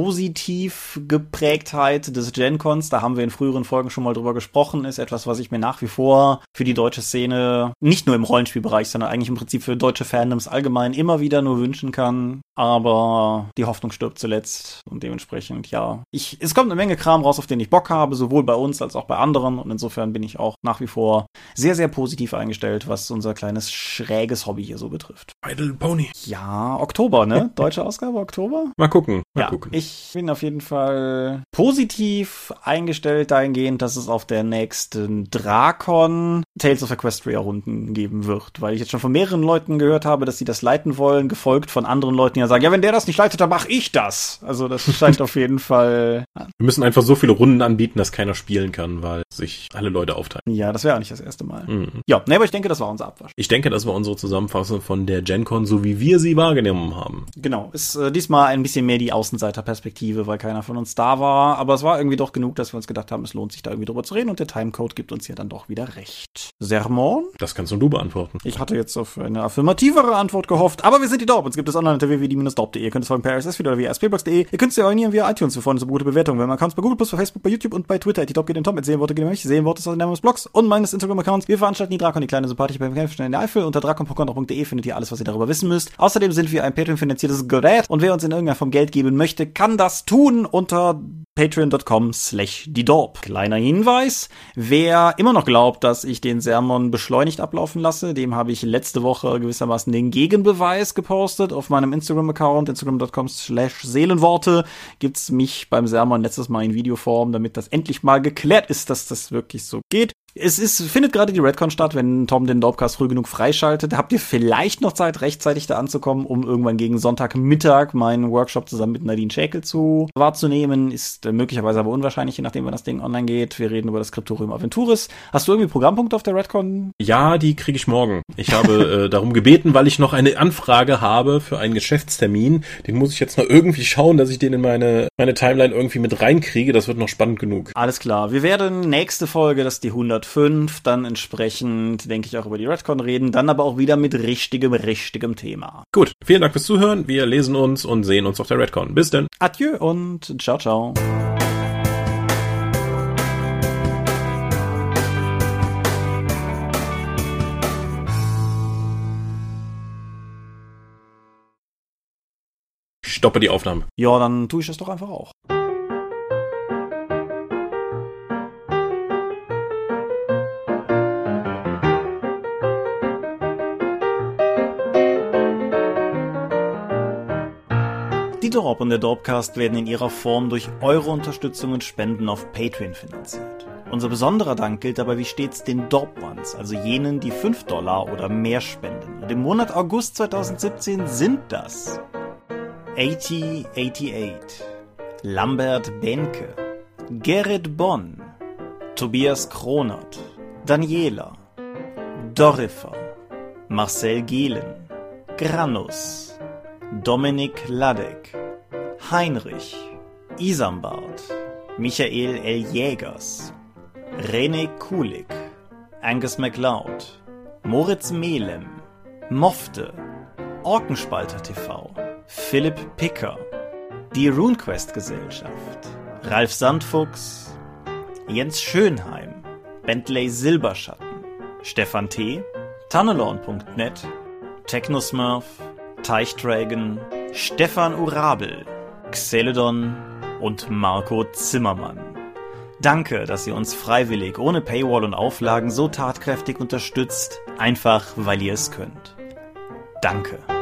Positivgeprägtheit des Gen-Cons, da haben wir in früheren Folgen schon mal drüber gesprochen, ist etwas, was ich mir nach wie vor für die deutsche Szene, nicht nur im Rollenspielbereich, sondern eigentlich im Prinzip für deutsche Fandoms allgemein immer wieder nur wünschen kann. Aber die Hoffnung stirbt zuletzt und dementsprechend, ja. Es kommt eine Menge Kram raus, auf den ich Bock habe, sowohl bei uns als auch bei anderen. Und insofern bin ich auch nach wie vor sehr, sehr positiv eingestellt, was unser kleines schräges Hobby hier so betrifft. My Little Pony. Ja, Oktober, ne? Deutsche Ausgabe Oktober? Mal gucken. Ich bin auf jeden Fall positiv eingestellt dahingehend, dass es auf der nächsten Drakon Tales of Equestria Runden geben wird, weil ich jetzt schon von mehreren Leuten gehört habe, dass sie das leiten wollen, gefolgt von anderen Leuten, die ja sagen, ja, wenn der das nicht leitet, dann mache ich das. Also das scheint auf jeden Fall... Wir müssen einfach so viele Runden anbieten, dass keiner spielen kann, weil sich alle Leute aufteilen. Ja, das wäre auch nicht das erste Mal. Ja, aber ich denke, das war unser Abwasch. Ich denke, das war unsere Zusammenfassung von der Gen-Con, so wie wir sie wahrgenommen haben. Genau, ist diesmal ein bisschen mehr die Außenseiterperspektive, weil keiner von uns da war, aber es war irgendwie doch genug, dass wir uns gedacht haben, es lohnt sich da irgendwie drüber zu reden und der Timecode gibt uns ja dann doch wieder recht. Sermon? Das kannst nur du beantworten. Ich hatte jetzt auf eine affirmativere Antwort gehofft, aber wir sind die Dorp. Uns gibt es online unter www.die-dorp.de. Ihr könnt es folgen per RSS-Feed oder via spbox.de. Ihr könnt es ja abonnieren via iTunes. Wir freuen uns über gute Bewertungen. Wir haben Accounts bei Google+, bei Facebook, bei YouTube und bei Twitter. Die Dorp geht in Tom mit Seelenworte geht in mich. Seelenworte ist aus den Namen des Blogs und meines Instagram-Accounts. Wir veranstalten die Drakon, die kleine sympathische beim Kämpfen in der Eifel. Unter drakon.de findet ihr alles, was ihr darüber wissen müsst. Außerdem sind wir ein Patreon-finanziertes Gerät und wer uns in irgendeiner Form Geld geben möchte, kann das tun unter patreon.com/diedorp. Kleiner Hinweis, wer immer noch glaubt, dass ich den Sermon beschleunigt ablaufen lasse, dem habe ich letzte Woche gewissermaßen den Gegenbeweis gepostet auf meinem Instagram-Account, instagram.com/Seelenworte. Gibt's mich beim Sermon letztes Mal in Videoform, damit das endlich mal geklärt ist, dass das wirklich so geht. Findet gerade die Redcon statt, wenn Tom den Dorpcast früh genug freischaltet. Da habt ihr vielleicht noch Zeit, rechtzeitig da anzukommen, um irgendwann gegen Sonntagmittag meinen Workshop zusammen mit Nadine Schäkel wahrzunehmen. Ist möglicherweise aber unwahrscheinlich, je nachdem, wann das Ding online geht. Wir reden über das Scriptorium Aventuris. Hast du irgendwie Programmpunkte auf der Redcon? Ja, die kriege ich morgen. Ich habe darum gebeten, weil ich noch eine Anfrage habe für einen Geschäftstermin. Den muss ich jetzt noch irgendwie schauen, dass ich den in meine Timeline irgendwie mit reinkriege. Das wird noch spannend genug. Alles klar. Wir werden nächste Folge, das ist die 105, dann entsprechend, denke ich, auch über die Redcon reden, dann aber auch wieder mit richtigem Thema. Gut, vielen Dank fürs Zuhören. Wir lesen uns und sehen uns auf der Redcon. Bis denn. Adieu und ciao, ciao. Stoppe die Aufnahme. Ja, dann tue ich das doch einfach auch. Die Dorp und der Dorpcast werden in ihrer Form durch eure Unterstützung und Spenden auf Patreon finanziert. Unser besonderer Dank gilt dabei wie stets den Dorp Ones, also jenen, die $5 oder mehr spenden. Und im Monat August 2017 sind das 8088, Lambert Benke, Gerrit Bonn, Tobias Kronert, Daniela, Dorifer, Marcel Gehlen, Granus, Dominik Ladek, Heinrich, Isambard, Michael L. Jägers, René Kulik, Angus MacLeod, Moritz Melem, Mofte, Orkenspalter TV, Philipp Picker, die RuneQuest Gesellschaft, Ralf Sandfuchs, Jens Schönheim, Bentley Silberschatten, Stefan T., Tannelorn.net, Technosmurf, Teichdragon, Stefan Urabel, Xeledon und Marco Zimmermann. Danke, dass ihr uns freiwillig, ohne Paywall und Auflagen so tatkräftig unterstützt, einfach weil ihr es könnt. Danke.